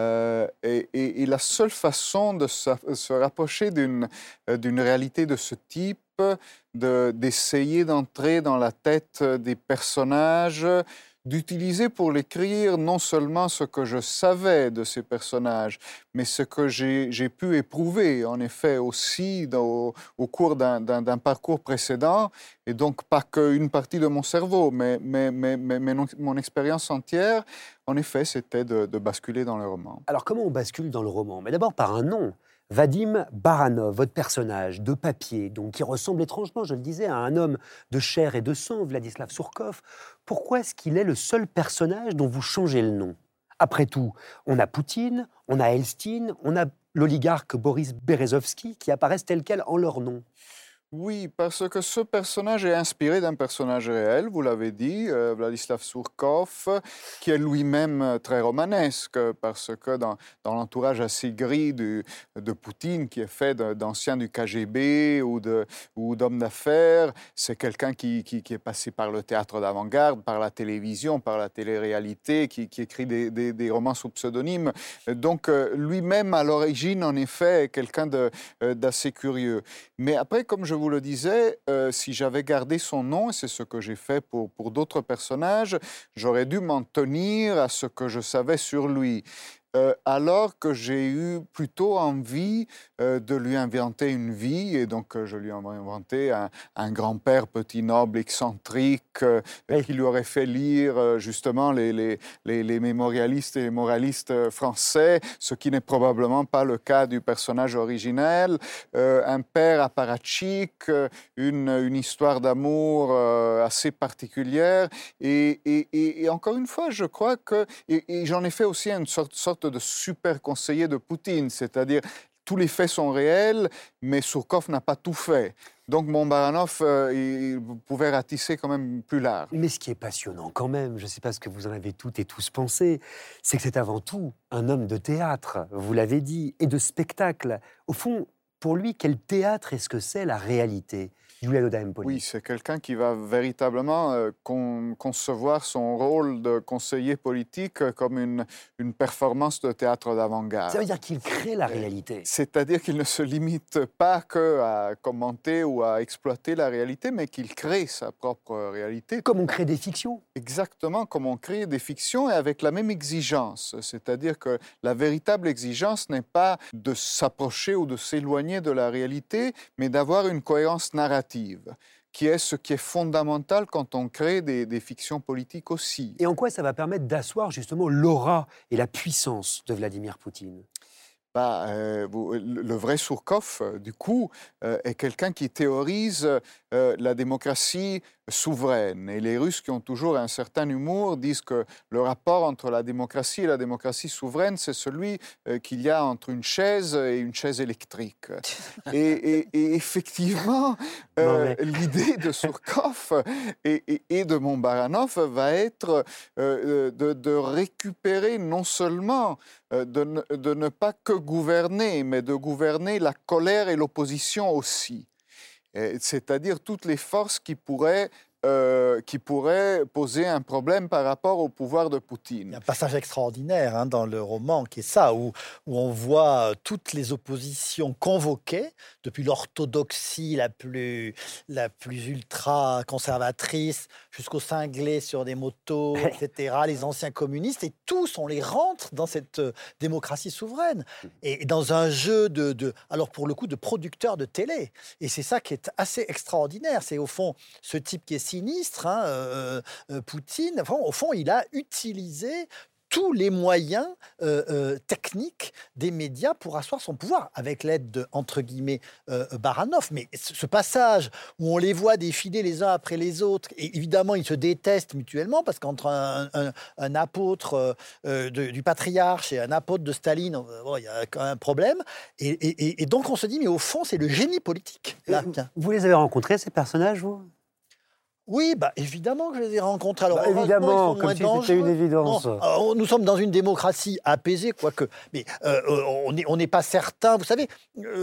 Et la seule façon de se rapprocher d'une réalité de ce type, d'essayer d'entrer dans la tête des personnages, d'utiliser pour l'écrire non seulement ce que je savais de ces personnages, mais ce que j'ai pu éprouver, en effet, aussi au cours d'un parcours précédent, et donc pas qu'une partie de mon cerveau, mais mon expérience entière. En effet, c'était de basculer dans le roman. Alors, comment on bascule dans le roman ? Mais d'abord par un nom. Vadim Baranov, votre personnage de papier, donc qui ressemble étrangement, je le disais, à un homme de chair et de sang, Vladislav Surkov. Pourquoi est-ce qu'il est le seul personnage dont vous changez le nom ? Après tout, on a Poutine, on a Elstine, on a l'oligarque Boris Berezovsky qui apparaissent tels quels en leur nom. Oui, parce que ce personnage est inspiré d'un personnage réel, vous l'avez dit, Vladislav Surkov, qui est lui-même très romanesque, parce que dans l'entourage assez gris de Poutine, qui est fait d'anciens du KGB ou d'hommes d'affaires, c'est quelqu'un qui est passé par le théâtre d'avant-garde, par la télévision, par la télé-réalité, qui écrit des romans sous pseudonyme. Donc lui-même, à l'origine, en effet, est quelqu'un d'assez curieux. Mais après, comme je vous le disais, si j'avais gardé son nom, et c'est ce que j'ai fait pour d'autres personnages, j'aurais dû m'en tenir à ce que je savais sur lui. alors que j'ai eu plutôt envie de lui inventer une vie. Et donc, je lui ai inventé un grand-père petit noble excentrique qui lui aurait fait lire justement les mémorialistes et les moralistes français, ce qui n'est probablement pas le cas du personnage originel. Un père apparatchik, une histoire d'amour assez particulière. Et encore une fois, je crois que... Et j'en ai fait aussi une sorte de super conseiller de Poutine, c'est-à-dire tous les faits sont réels, mais Surkov n'a pas tout fait. Donc mon Baranov, il pouvait ratisser quand même plus large. Mais ce qui est passionnant quand même, je ne sais pas ce que vous en avez toutes et tous pensé, c'est que c'est avant tout un homme de théâtre, vous l'avez dit, et de spectacle. Au fond, pour lui, quel théâtre est-ce que c'est la réalité ? Giulia Loda Empoli. Oui, c'est quelqu'un qui va véritablement concevoir son rôle de conseiller politique comme une performance de théâtre d'avant-garde. Ça veut dire qu'il crée la réalité. C'est-à-dire qu'il ne se limite pas qu'à commenter ou à exploiter la réalité, mais qu'il crée sa propre réalité. Comme on crée des fictions. Exactement, comme on crée des fictions et avec la même exigence. C'est-à-dire que la véritable exigence n'est pas de s'approcher ou de s'éloigner de la réalité, mais d'avoir une cohérence narrative, qui est ce qui est fondamental quand on crée des fictions politiques aussi. Et en quoi ça va permettre d'asseoir justement l'aura et la puissance de Vladimir Poutine ? Le vrai Surkov, du coup, est quelqu'un qui théorise la démocratie souveraine. Et les Russes, qui ont toujours un certain humour, disent que le rapport entre la démocratie et la démocratie souveraine, c'est celui qu'il y a entre une chaise et une chaise électrique. Et effectivement, l'idée de Surkov et de Mombaranov va être de récupérer non seulement de ne pas que gouverner, mais de gouverner la colère et l'opposition aussi. C'est-à-dire toutes les forces qui pourraient poser un problème par rapport au pouvoir de Poutine. Il y a un passage extraordinaire dans le roman qui est ça, où on voit toutes les oppositions convoquées, depuis l'orthodoxie la plus ultra-conservatrice jusqu'aux cinglés sur des motos, etc., les anciens communistes, et tous, on les rentre dans cette démocratie souveraine. Et dans un jeu alors pour le coup, de producteurs de télé. Et c'est ça qui est assez extraordinaire. C'est au fond ce type qui est sinistre, Poutine, enfin, au fond, il a utilisé tous les moyens techniques des médias pour asseoir son pouvoir, avec l'aide de, entre guillemets, Baranov. Mais ce passage où on les voit défiler les uns après les autres, et évidemment, ils se détestent mutuellement, parce qu'entre un apôtre du patriarche et un apôtre de Staline, il y a quand même un problème. Et donc, on se dit, mais au fond, c'est le génie politique. Là, vous les avez rencontrés, ces personnages, vous ? Oui, évidemment que je les ai rencontrés. Alors, évidemment, comme si c'était une évidence. Non, nous sommes dans une démocratie apaisée, quoique. Mais on n'est pas certain. Vous savez,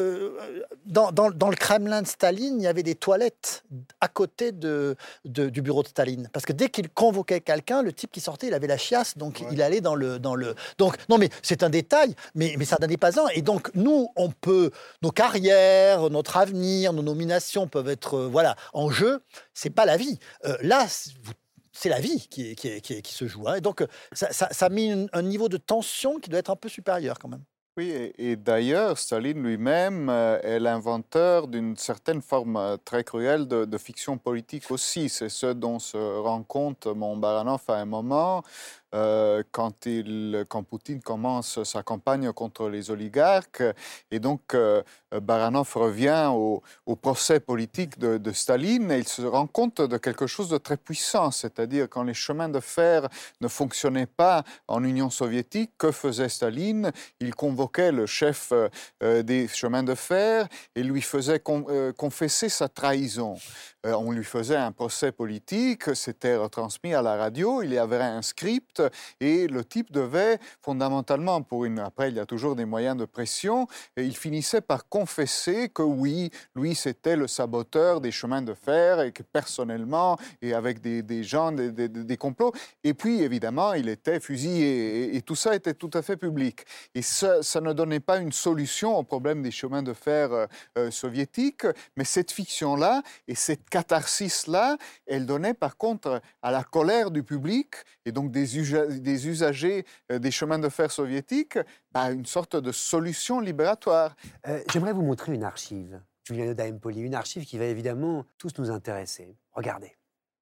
dans le Kremlin de Staline, il y avait des toilettes à côté du bureau de Staline. Parce que dès qu'il convoquait quelqu'un, le type qui sortait, il avait la chiasse, donc il allait dans le... Donc, non, mais c'est un détail, mais ça n'en est pas un. Et donc, nous, nos carrières, notre avenir, nos nominations peuvent être en jeu. C'est pas la vie. Là, c'est la vie qui se joue. Et donc, ça met un niveau de tension qui doit être un peu supérieur quand même. Oui, et d'ailleurs, Staline lui-même est l'inventeur d'une certaine forme très cruelle de fiction politique aussi. C'est ce dont se rend compte Mombaranov à un moment, quand Poutine commence sa campagne contre les oligarques. Et donc, Baranov revient au procès politique de Staline et il se rend compte de quelque chose de très puissant. C'est-à-dire, quand les chemins de fer ne fonctionnaient pas en Union soviétique, que faisait Staline ? Il convoquait le chef des chemins de fer et lui faisait confesser sa trahison. On lui faisait un procès politique, c'était retransmis à la radio, il y avait un script et le type devait fondamentalement, après il y a toujours des moyens de pression, et il finissait par confesser que oui, lui c'était le saboteur des chemins de fer et que personnellement et avec des gens, des complots. Et puis évidemment il était fusillé et tout ça était tout à fait public. Et ça ne donnait pas une solution au problème des chemins de fer soviétiques, mais cette fiction-là et cette catharsis-là, elle donnait par contre à la colère du public et donc des des usagers des chemins de fer soviétiques une sorte de solution libératoire. J'aimerais vous montrer une archive, Giuliano da Empoli, une archive qui va évidemment tous nous intéresser. Regardez.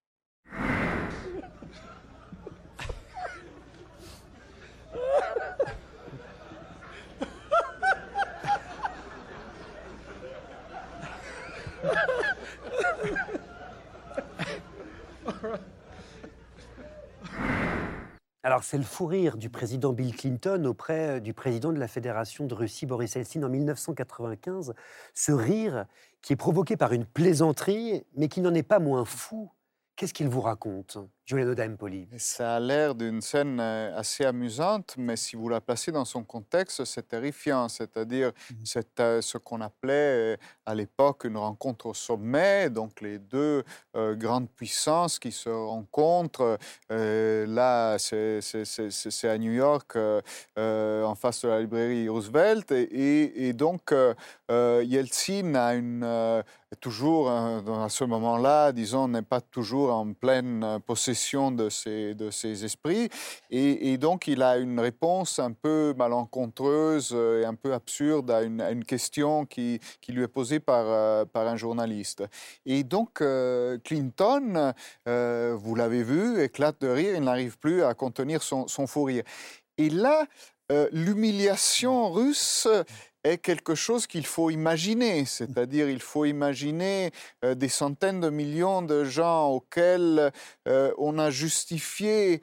Alors, c'est le fou rire du président Bill Clinton auprès du président de la Fédération de Russie, Boris Eltsine, en 1995. Ce rire qui est provoqué par une plaisanterie, mais qui n'en est pas moins fou. Qu'est-ce qu'il vous raconte, Giuliano da Empoli? Ça a l'air d'une scène assez amusante, mais si vous la placez dans son contexte, c'est terrifiant. C'est-à-dire, c'est ce qu'on appelait à l'époque une rencontre au sommet, donc les deux grandes puissances qui se rencontrent. Là, c'est à New York, en face de la librairie Roosevelt. Et donc, Yeltsin a toujours, à ce moment-là, disons, n'est pas toujours en pleine possession de ses esprits. Et donc, il a une réponse un peu malencontreuse et un peu absurde à une question qui lui est posée par un journaliste. Et donc, Clinton, vous l'avez vu, éclate de rire, il n'arrive plus à contenir son fou rire. Et là, l'humiliation russe est quelque chose qu'il faut imaginer, c'est-à-dire il faut imaginer des centaines de millions de gens auxquels on a justifié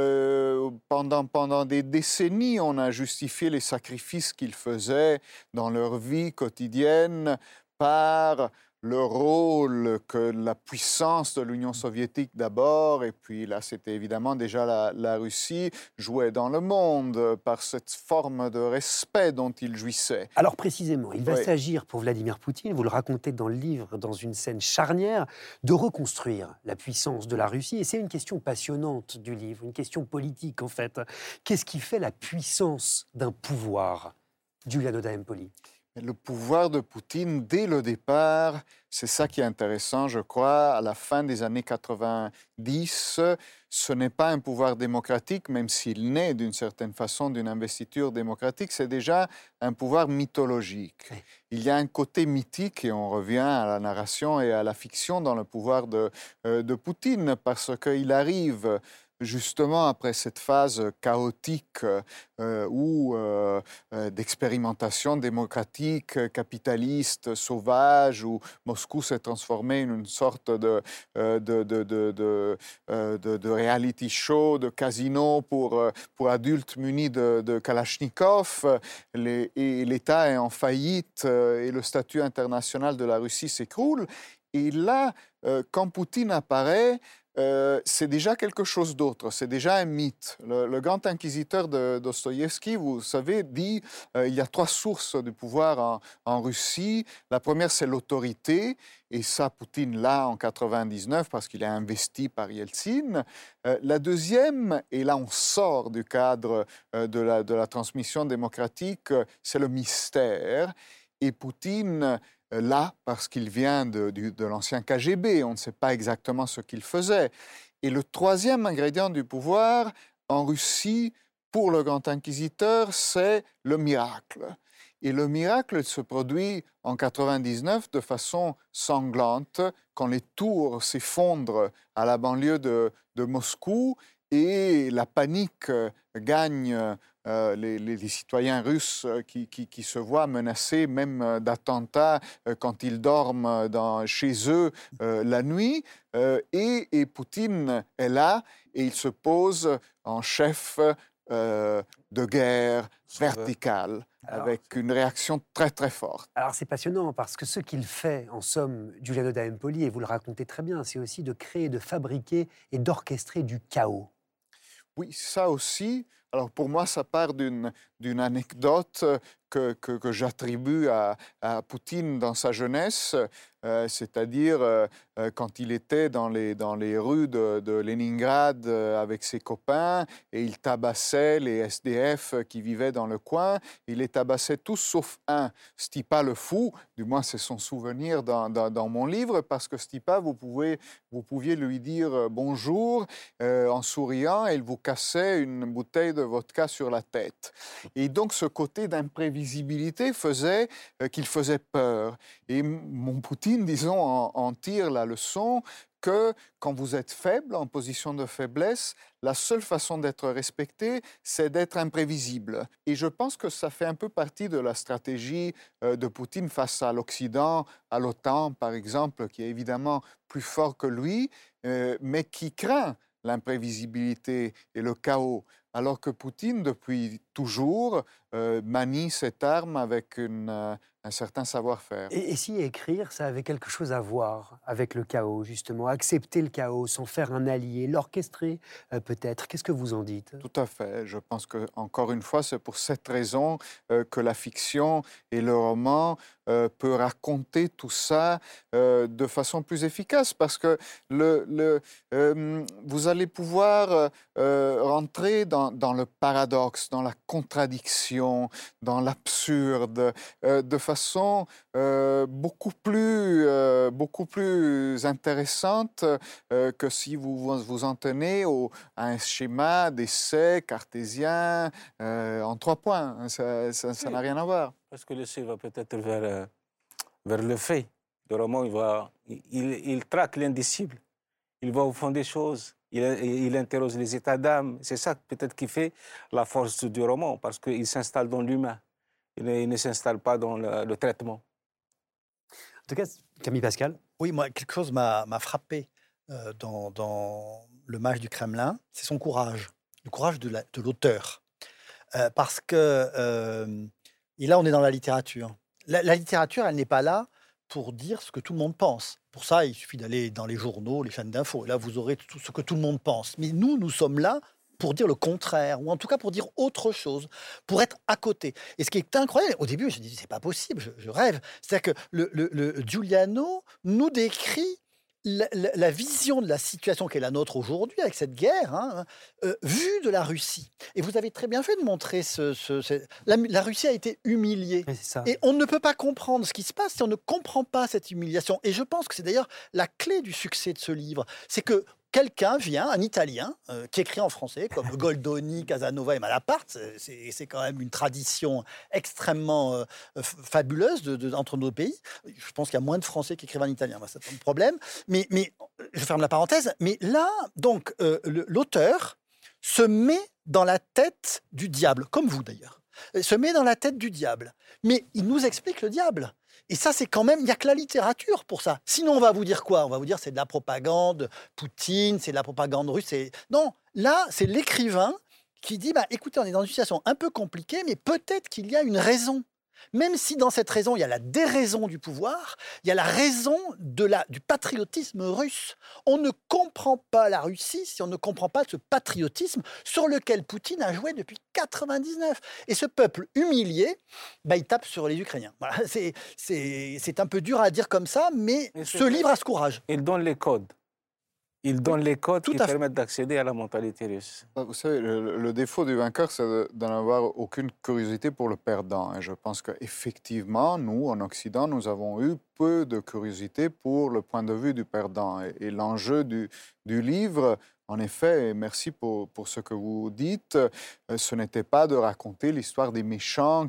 pendant des décennies, on a justifié les sacrifices qu'ils faisaient dans leur vie quotidienne par le rôle que la puissance de l'Union soviétique d'abord, et puis là c'était évidemment déjà la Russie, jouait dans le monde par cette forme de respect dont il jouissait. Alors précisément, il va s'agir pour Vladimir Poutine, vous le racontez dans le livre, dans une scène charnière, de reconstruire la puissance de la Russie. Et c'est une question passionnante du livre, une question politique en fait. Qu'est-ce qui fait la puissance d'un pouvoir, Giuliano da Empoli? Le pouvoir de Poutine, dès le départ, c'est ça qui est intéressant, je crois, à la fin des années 90, ce n'est pas un pouvoir démocratique, même s'il naît d'une certaine façon d'une investiture démocratique, c'est déjà un pouvoir mythologique. Il y a un côté mythique, et on revient à la narration et à la fiction dans le pouvoir de Poutine, parce qu'il arrive justement après cette phase chaotique d'expérimentation démocratique, capitaliste, sauvage, où Moscou s'est transformé en une sorte de reality show, de casino pour adultes munis de Kalachnikov. Et l'État est en faillite et le statut international de la Russie s'écroule. Et là, quand Poutine apparaît, c'est déjà quelque chose d'autre, c'est déjà un mythe. Le grand inquisiteur de Dostoïevski, vous savez, dit il y a trois sources du pouvoir en Russie. La première, c'est l'autorité, et ça, Poutine l'a en 99 parce qu'il est investi par Yeltsin. La deuxième, et là on sort du cadre de la transmission démocratique, c'est le mystère. Et Poutine, là, parce qu'il vient de l'ancien KGB, on ne sait pas exactement ce qu'il faisait. Et le troisième ingrédient du pouvoir, en Russie, pour le grand inquisiteur, c'est le miracle. Et le miracle se produit en 99 de façon sanglante, quand les tours s'effondrent à la banlieue de Moscou, et la panique gagne les citoyens russes qui se voient menacés même d'attentats quand ils dorment chez eux la nuit. Et Poutine est là et il se pose en chef de guerre verticale, avec une réaction très très forte. Alors c'est passionnant parce que ce qu'il fait, en somme, Giuliano da Empoli, et vous le racontez très bien, c'est aussi de créer, de fabriquer et d'orchestrer du chaos. Oui, ça aussi. Alors pour moi, ça part d'une anecdote que j'attribue à Poutine dans sa jeunesse, c'est-à-dire quand il était dans les rues de Leningrad avec ses copains et il tabassait les SDF qui vivaient dans le coin. Il les tabassait tous sauf un, Stipa le fou, du moins c'est son souvenir dans mon livre, parce que Stipa, vous pouviez lui dire bonjour en souriant et il vous cassait une bouteille de vodka sur la tête. Et donc ce côté d'imprévisibilité faisait qu'il faisait peur. Et mon Poutine, disons, en tire la leçon que quand vous êtes faible, en position de faiblesse, la seule façon d'être respecté, c'est d'être imprévisible. Et je pense que ça fait un peu partie de la stratégie de Poutine face à l'Occident, à l'OTAN, par exemple, qui est évidemment plus fort que lui, mais qui craint l'imprévisibilité et le chaos. Alors que Poutine, depuis toujours, manie cette arme avec un certain savoir-faire. Et si écrire, ça avait quelque chose à voir avec le chaos, justement, accepter le chaos, s'en faire un allié, l'orchestrer peut-être. Qu'est-ce que vous en dites? Tout à fait. Je pense que, encore une fois, c'est pour cette raison que la fiction et le roman peut raconter tout ça de façon plus efficace, parce que vous allez pouvoir rentrer dans le paradoxe, dans la contradiction, dans l'absurde, de façon beaucoup plus intéressante que si vous en tenez à un schéma d'essai cartésien en 3 points. Ça n'a rien à voir. Parce que l'essai va peut-être vers le fait. Le roman, il traque l'indicible. Il va au fond des choses. Il interroge les états d'âme. C'est ça peut-être qui fait la force du roman, parce qu'il s'installe dans l'humain. Il ne s'installe pas dans le traitement. En tout cas, Camille Pascal. Oui, moi, quelque chose m'a frappé dans Le Mage du Kremlin, c'est son courage, le courage de l'auteur. Parce que, et là, on est dans la littérature. La littérature, elle n'est pas là pour dire ce que tout le monde pense. Pour ça, il suffit d'aller dans les journaux, les chaînes d'infos. Et là, vous aurez tout ce que tout le monde pense. Mais nous sommes là pour dire le contraire, ou en tout cas pour dire autre chose, pour être à côté. Et ce qui est incroyable, au début, je me dis, c'est pas possible, je rêve. C'est-à-dire que le Giuliano nous décrit la vision de la situation qui est la nôtre aujourd'hui, avec cette guerre, vue de la Russie. Et vous avez très bien fait de montrer la Russie a été humiliée. Ouais, c'est ça. Et on ne peut pas comprendre ce qui se passe si on ne comprend pas cette humiliation. Et je pense que c'est d'ailleurs la clé du succès de ce livre. C'est que quelqu'un vient, un Italien, qui écrit en français, comme Goldoni, Casanova et Malaparte. C'est quand même une tradition extrêmement fabuleuse entre nos pays. Je pense qu'il y a moins de Français qui écrivent en italien, c'est pas le problème. Mais je ferme la parenthèse. Mais là, donc, l'auteur se met dans la tête du diable, comme vous d'ailleurs. Se met dans la tête du diable. Mais il nous explique le diable. Et ça, c'est quand même, il n'y a que la littérature pour ça. Sinon, on va vous dire quoi? On va vous dire c'est de la propagande Poutine, c'est de la propagande russe. Non, là, c'est l'écrivain qui dit, écoutez, on est dans une situation un peu compliquée, mais peut-être qu'il y a une raison. Même si dans cette raison, il y a la déraison du pouvoir, il y a la raison du patriotisme russe. On ne comprend pas la Russie si on ne comprend pas ce patriotisme sur lequel Poutine a joué depuis 1999. Et ce peuple humilié, il tape sur les Ukrainiens. Voilà, c'est un peu dur à dire comme ça, mais ce livre a ce courage. Il donne les codes. Il donne les codes qui permettent d'accéder à la mentalité russe. Vous savez, le défaut du vainqueur, c'est de n'avoir aucune curiosité pour le perdant. Et je pense qu'effectivement, nous, en Occident, nous avons eu peu de curiosité pour le point de vue du perdant. Et l'enjeu du livre, en effet, et merci pour ce que vous dites, ce n'était pas de raconter l'histoire des méchants,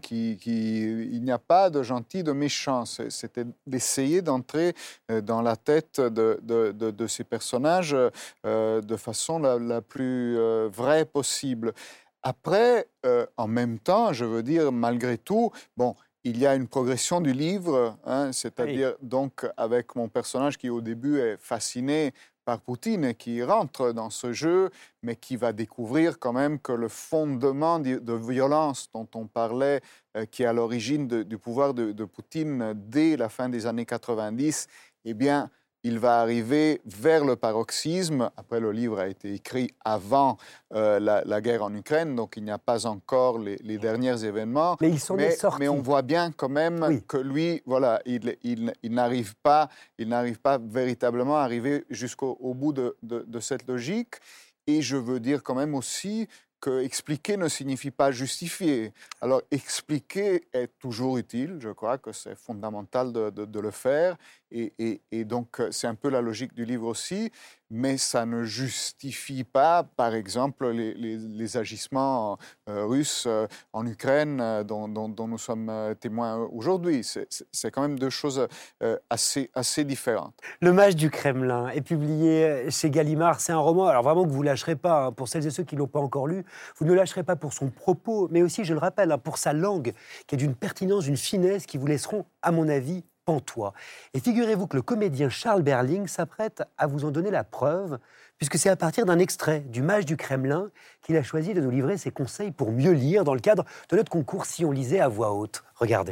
il n'y a pas de gentils, de méchants. C'était d'essayer d'entrer dans la tête de ces personnages de façon la plus vraie possible. Après, en même temps, je veux dire, malgré tout, il y a une progression du livre, c'est-à-dire donc avec mon personnage qui au début est fasciné par Poutine et qui rentre dans ce jeu, mais qui va découvrir quand même que le fondement de violence dont on parlait, qui est à l'origine du pouvoir de Poutine dès la fin des années 90, eh bien, il va arriver vers le paroxysme. Après, le livre a été écrit avant la guerre en Ukraine, donc il n'y a pas encore les derniers événements. Mais il s'en est sorti. Mais on voit bien quand même que lui, voilà, il n'arrive pas véritablement à arriver jusqu'au bout de cette logique. Et je veux dire quand même aussi que expliquer ne signifie pas justifier. Alors, expliquer est toujours utile, je crois que c'est fondamental de le faire, et donc c'est un peu la logique du livre aussi, mais ça ne justifie pas, par exemple, les agissements russes en Ukraine dont nous sommes témoins aujourd'hui. C'est quand même deux choses assez différentes. Le Mage du Kremlin est publié chez Gallimard. C'est un roman, alors vraiment que vous ne lâcherez pas, hein, pour celles et ceux qui ne l'ont pas encore lu. Vous ne le lâcherez pas pour son propos, mais aussi, je le rappelle, hein, pour sa langue, qui est d'une pertinence, d'une finesse qui vous laisseront, à mon avis, pantois. Et figurez-vous que le comédien Charles Berling s'apprête à vous en donner la preuve, puisque c'est à partir d'un extrait du Mage du Kremlin qu'il a choisi de nous livrer ses conseils pour mieux lire dans le cadre de notre concours Si on lisait à voix haute. Regardez.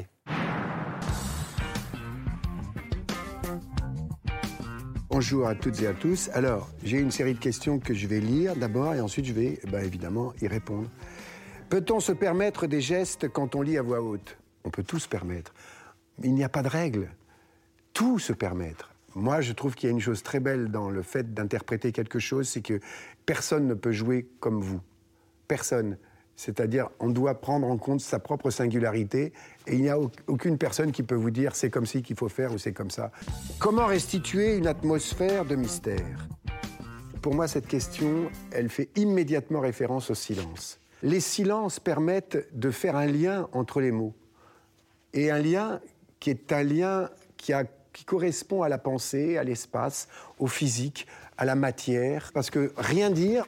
Bonjour à toutes et à tous. Alors, j'ai une série de questions que je vais lire d'abord et ensuite je vais évidemment y répondre. Peut-on se permettre des gestes quand on lit à voix haute? On peut tout se permettre. Il n'y a pas de règle. Tout se permettre. Moi, je trouve qu'il y a une chose très belle dans le fait d'interpréter quelque chose, c'est que personne ne peut jouer comme vous. Personne. C'est-à-dire, on doit prendre en compte sa propre singularité et il n'y a aucune personne qui peut vous dire c'est comme ci qu'il faut faire ou c'est comme ça. Comment restituer une atmosphère de mystère? Pour moi, cette question, elle fait immédiatement référence au silence. Les silences permettent de faire un lien entre les mots. Et un lien qui est un lien qui correspond à la pensée, à l'espace, au physique, à la matière. Parce que rien dire,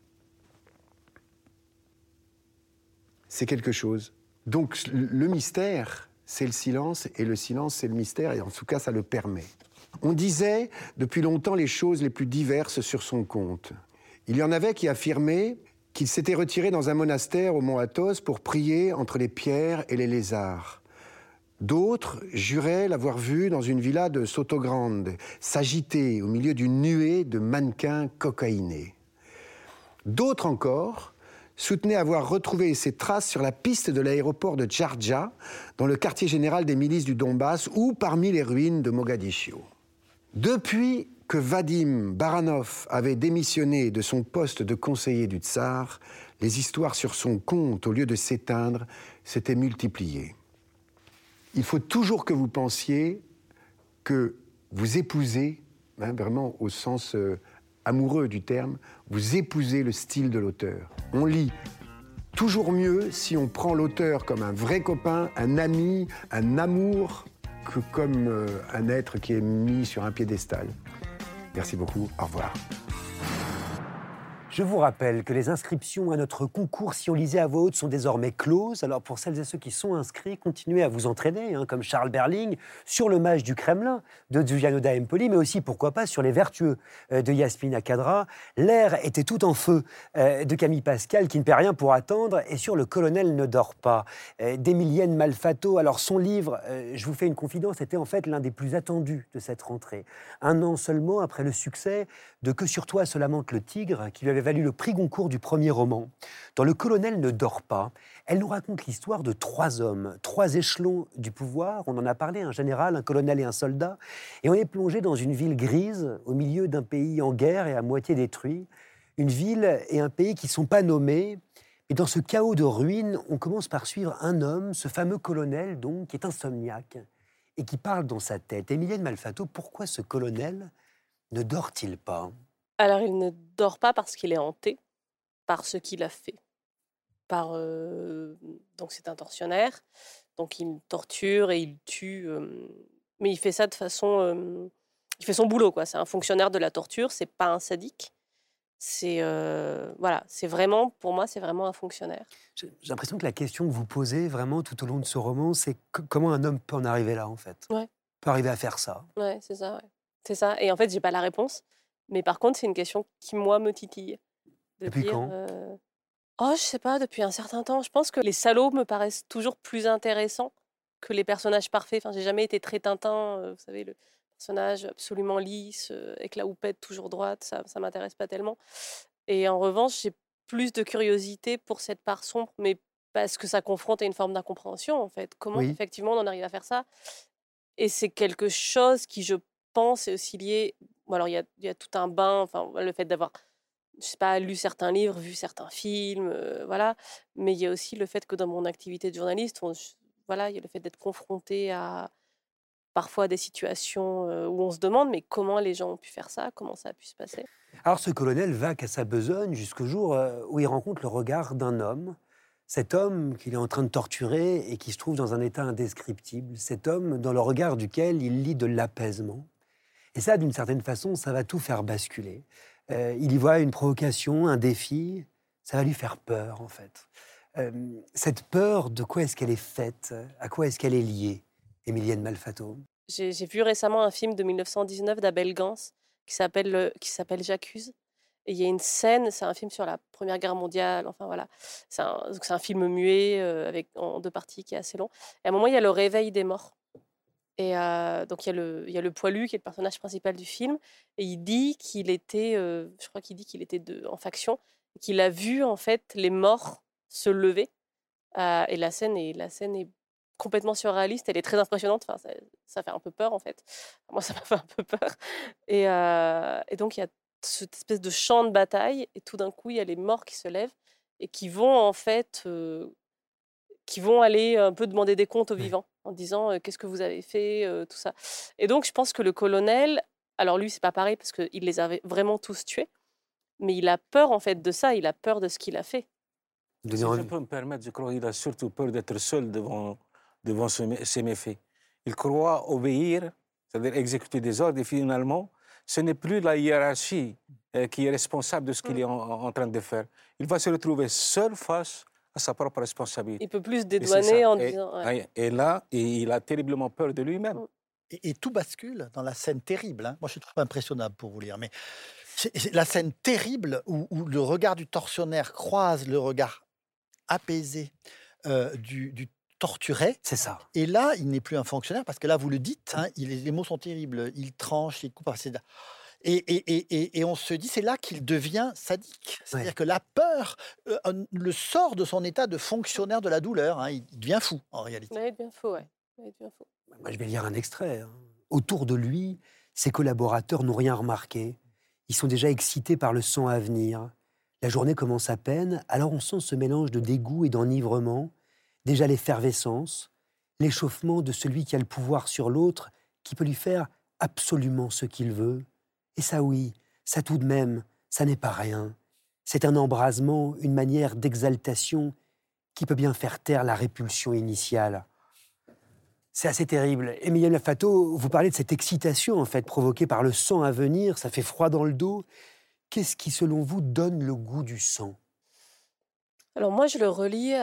c'est quelque chose. Donc le mystère, c'est le silence, et le silence, c'est le mystère, et en tout cas, ça le permet. On disait depuis longtemps les choses les plus diverses sur son compte. Il y en avait qui affirmaient qu'il s'était retiré dans un monastère au mont Athos pour prier entre les pierres et les lézards. D'autres juraient l'avoir vu dans une villa de Sotogrande, s'agiter au milieu d'une nuée de mannequins cocaïnés. D'autres encore soutenaient avoir retrouvé ses traces sur la piste de l'aéroport de Djarja, dans le quartier général des milices du Donbass ou parmi les ruines de Mogadiscio. Depuis que Vadim Baranov avait démissionné de son poste de conseiller du tsar, les histoires sur son compte, au lieu de s'éteindre, s'étaient multipliées. Il faut toujours que vous pensiez que vous épousez, vraiment au sens amoureux du terme, vous épousez le style de l'auteur. On lit toujours mieux si on prend l'auteur comme un vrai copain, un ami, un amour, que comme un être qui est mis sur un piédestal. Merci beaucoup, au revoir. Je vous rappelle que les inscriptions à notre concours Si on lisait à voix haute sont désormais closes. Alors pour celles et ceux qui sont inscrits, continuez à vous entraîner, comme Charles Berling, sur le Mage du Kremlin de Giuliano Empoli, mais aussi, pourquoi pas, sur Les Vertueux de Yasmina Khadra. L'air était tout en feu de Camille Pascal, qui ne paie rien pour attendre, et sur Le Colonel ne dort pas d'Emilienne Malfato. Alors son livre, je vous fais une confidence, était en fait l'un des plus attendus de cette rentrée. Un an seulement après le succès de Que sur toi se lamente le tigre, qui lui avait valu le prix Goncourt du premier roman. Dans Le Colonel ne dort pas, elle nous raconte l'histoire de 3 hommes, 3 échelons du pouvoir. On en a parlé, un général, un colonel et un soldat. Et on est plongé dans une ville grise, au milieu d'un pays en guerre et à moitié détruit. Une ville et un pays qui ne sont pas nommés. Et dans ce chaos de ruines, on commence par suivre un homme, ce fameux colonel, donc, qui est insomniaque et qui parle dans sa tête. Emilienne Malfato, pourquoi ce colonel ne dort-il pas? Alors, il ne dort pas parce qu'il est hanté par ce qu'il a fait. Donc, c'est un tortionnaire. Donc, il torture et il tue. Mais il fait ça de façon... il fait son boulot, quoi. C'est un fonctionnaire de la torture. C'est pas un sadique. Voilà, c'est vraiment, pour moi, c'est vraiment un fonctionnaire. J'ai l'impression que la question que vous posez vraiment tout au long de ce roman, c'est comment un homme peut en arriver là, en fait. Ouais. Peut arriver à faire ça. Ouais, c'est ça, ouais. C'est ça. Et en fait, j'ai pas la réponse. Mais par contre, c'est une question qui, moi, me titille. Depuis quand? Oh, je sais pas, depuis un certain temps. Je pense que les salauds me paraissent toujours plus intéressants que les personnages parfaits. Enfin, j'ai jamais été très Tintin, vous savez, le personnage absolument lisse, avec la houppette toujours droite, ça m'intéresse pas tellement. Et en revanche, j'ai plus de curiosité pour cette part sombre, mais parce que ça confronte à une forme d'incompréhension, en fait. Comment Oui. effectivement on en arrive à faire ça? Et c'est quelque chose qui, je pense, est aussi lié. Bon, alors, il y a tout un bain, enfin, le fait d'avoir, je sais pas, lu certains livres, vu certains films, voilà. Mais il y a aussi le fait que dans mon activité de journaliste, voilà, il y a le fait d'être confronté à parfois des situations où on se demande, mais comment les gens ont pu faire ça? Comment ça a pu se passer? Alors ce colonel va qu'à sa besogne jusqu'au jour où il rencontre le regard d'un homme. Cet homme qu'il est en train de torturer et qui se trouve dans un état indescriptible. Cet homme dans le regard duquel il lit de l'apaisement. Et ça, d'une certaine façon, ça va tout faire basculer. Il y voit une provocation, un défi. Ça va lui faire peur, en fait. Cette peur, de quoi est-ce qu'elle est faite? À quoi est-ce qu'elle est liée, Émilienne Malfato? J'ai vu récemment un film de 1919 d'Abel Gans qui s'appelle J'accuse. Et il y a une scène, c'est un film sur la Première Guerre mondiale, enfin voilà. Donc c'est un film muet en 2 parties qui est assez long. Et à un moment, il y a le réveil des morts. Et donc il y a le poilu qui est le personnage principal du film. Et il dit qu'il était, je crois qu'il dit qu'il était en faction, et qu'il a vu en fait les morts se lever. Et la scène est complètement surréaliste, elle est très impressionnante, enfin, ça fait un peu peur en fait. Moi, ça m'a fait un peu peur. Et donc, il y a cette espèce de champ de bataille, et tout d'un coup, il y a les morts qui se lèvent et qui vont en fait, qui vont aller un peu demander des comptes aux Oui. vivants en disant qu'est-ce que vous avez fait, tout ça. Et donc, je pense que le colonel, alors lui, c'est pas pareil parce qu'il les avait vraiment tous tués, mais il a peur en fait de ça, il a peur de ce qu'il a fait. Donner Si je envie. peux me permettre, je crois qu'il a surtout peur d'être seul devant ces méfaits. Il croit obéir, c'est-à-dire exécuter des ordres, et finalement, ce n'est plus la hiérarchie qui est responsable de ce qu'il est en train de faire. Il va se retrouver seul face à sa propre responsabilité. Il peut plus se Et c'est dédouaner ça. en disant... ouais. Et là, il a terriblement peur de lui-même. Mm. Et tout bascule dans la scène terrible, hein. Moi, je suis trop impressionnable pour vous lire, mais c'est la scène terrible où le regard du tortionnaire croise le regard apaisé du torturé. C'est ça. Et là, il n'est plus un fonctionnaire, parce que là, vous le dites, hein, les mots sont terribles. Il tranche, il coupe. Enfin, et on se dit, c'est là qu'il devient sadique. C'est-à-dire Ouais. que la peur le sort de son état de fonctionnaire de la douleur, hein. Il devient fou, en réalité. Ouais, il devient faux, ouais. Ouais, il devient faux. Moi, je vais lire un extrait. Hein. Autour de lui, ses collaborateurs n'ont rien remarqué. Ils sont déjà excités par le sang à venir. La journée commence à peine, alors on sent ce mélange de dégoût et d'enivrement, déjà l'effervescence, l'échauffement de celui qui a le pouvoir sur l'autre, qui peut lui faire absolument ce qu'il veut. Et ça oui, ça tout de même, ça n'est pas rien. C'est un embrasement, une manière d'exaltation qui peut bien faire taire la répulsion initiale. C'est assez terrible. Émilienne Malfato, vous parlez de cette excitation en fait provoquée par le sang à venir, ça fait froid dans le dos. Qu'est-ce qui, selon vous, donne le goût du sang? Alors moi, je le relie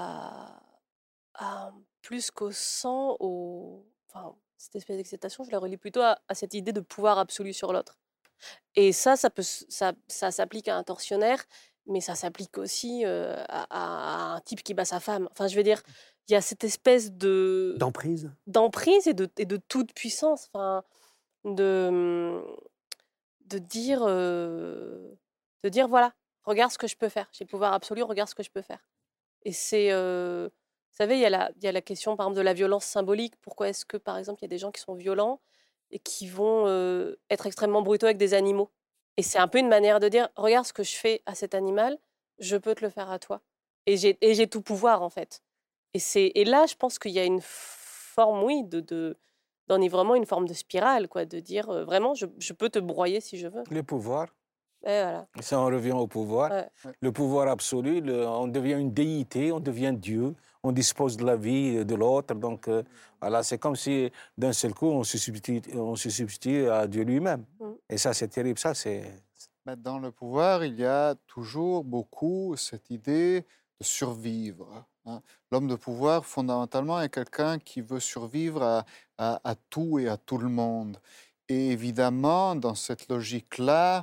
plus qu'au sang, enfin, cette espèce d'excitation, je la relie plutôt à cette idée de pouvoir absolu sur l'autre. Et ça s'applique à un tortionnaire, mais ça s'applique aussi à un type qui bat sa femme. Enfin, je veux dire, il y a cette espèce D'emprise? d'emprise et de toute puissance. Enfin, de, de dire, voilà, regarde ce que je peux faire. J'ai le pouvoir absolu, regarde ce que je peux faire. Et c'est, vous savez, il y a la question, par exemple, de la violence symbolique. Pourquoi est-ce que, par exemple, il y a des gens qui sont violents et qui vont être extrêmement brutaux avec des animaux? Et c'est un peu une manière de dire, regarde ce que je fais à cet animal, je peux te le faire à toi. Et j'ai tout pouvoir, en fait. Et là, je pense qu'il y a une forme, oui, d'enivrement, une forme de spirale, quoi, de dire, vraiment, je peux te broyer si je veux. Le pouvoir, Et voilà. ça on revient au pouvoir. Ouais. Le pouvoir absolu, on devient une déité, on devient Dieu, on dispose de la vie de l'autre. Donc voilà, c'est comme si d'un seul coup on se substitue à Dieu lui-même. Mm. Et ça, c'est terrible. Ça, c'est... Mais dans le pouvoir, il y a toujours beaucoup cette idée de survivre. Hein. L'homme de pouvoir, fondamentalement, est quelqu'un qui veut survivre à tout et à tout le monde. Et évidemment, dans cette logique-là,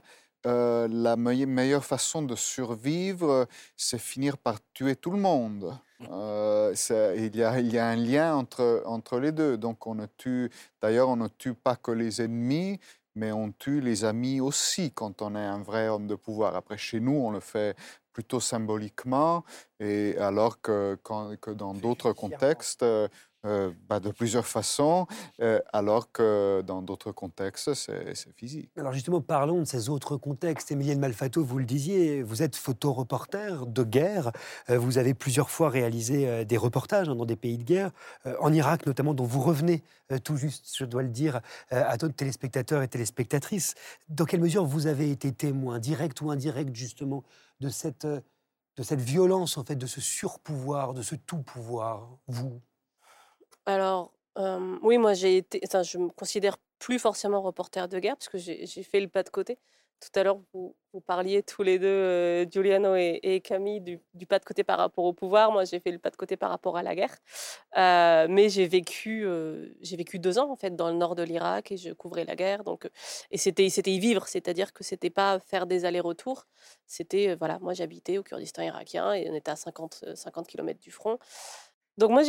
la meilleure façon de survivre, c'est finir par tuer tout le monde. Il y a un lien entre les deux. Donc d'ailleurs, on ne tue pas que les ennemis, mais on tue les amis aussi quand on est un vrai homme de pouvoir. Après, chez nous, on le fait plutôt symboliquement, et alors que dans d'autres contextes, de plusieurs façons, alors que dans d'autres contextes, c'est physique. Alors justement, parlons de ces autres contextes. Emilienne Malfatto, vous le disiez, vous êtes photoreporter de guerre. Vous avez plusieurs fois réalisé des reportages dans des pays de guerre, en Irak notamment, dont vous revenez tout juste, je dois le dire, à tous téléspectateurs et téléspectatrices. Dans quelle mesure vous avez été témoin, direct ou indirect, justement, de cette violence, en fait, de ce surpouvoir, de ce tout-pouvoir, vous? Alors, oui, moi, je me considère plus forcément reporter de guerre parce que j'ai fait le pas de côté. Tout à l'heure, vous parliez tous les deux, Giuliano et Camille, du pas de côté par rapport au pouvoir. Moi, j'ai fait le pas de côté par rapport à la guerre. Mais j'ai vécu 2 ans, en fait, dans le nord de l'Irak et je couvrais la guerre. Donc, et c'était y vivre, c'est-à-dire que c'était pas faire des allers-retours. C'était, voilà, moi, j'habitais au Kurdistan irakien et on était à 50 km du front. Donc moi,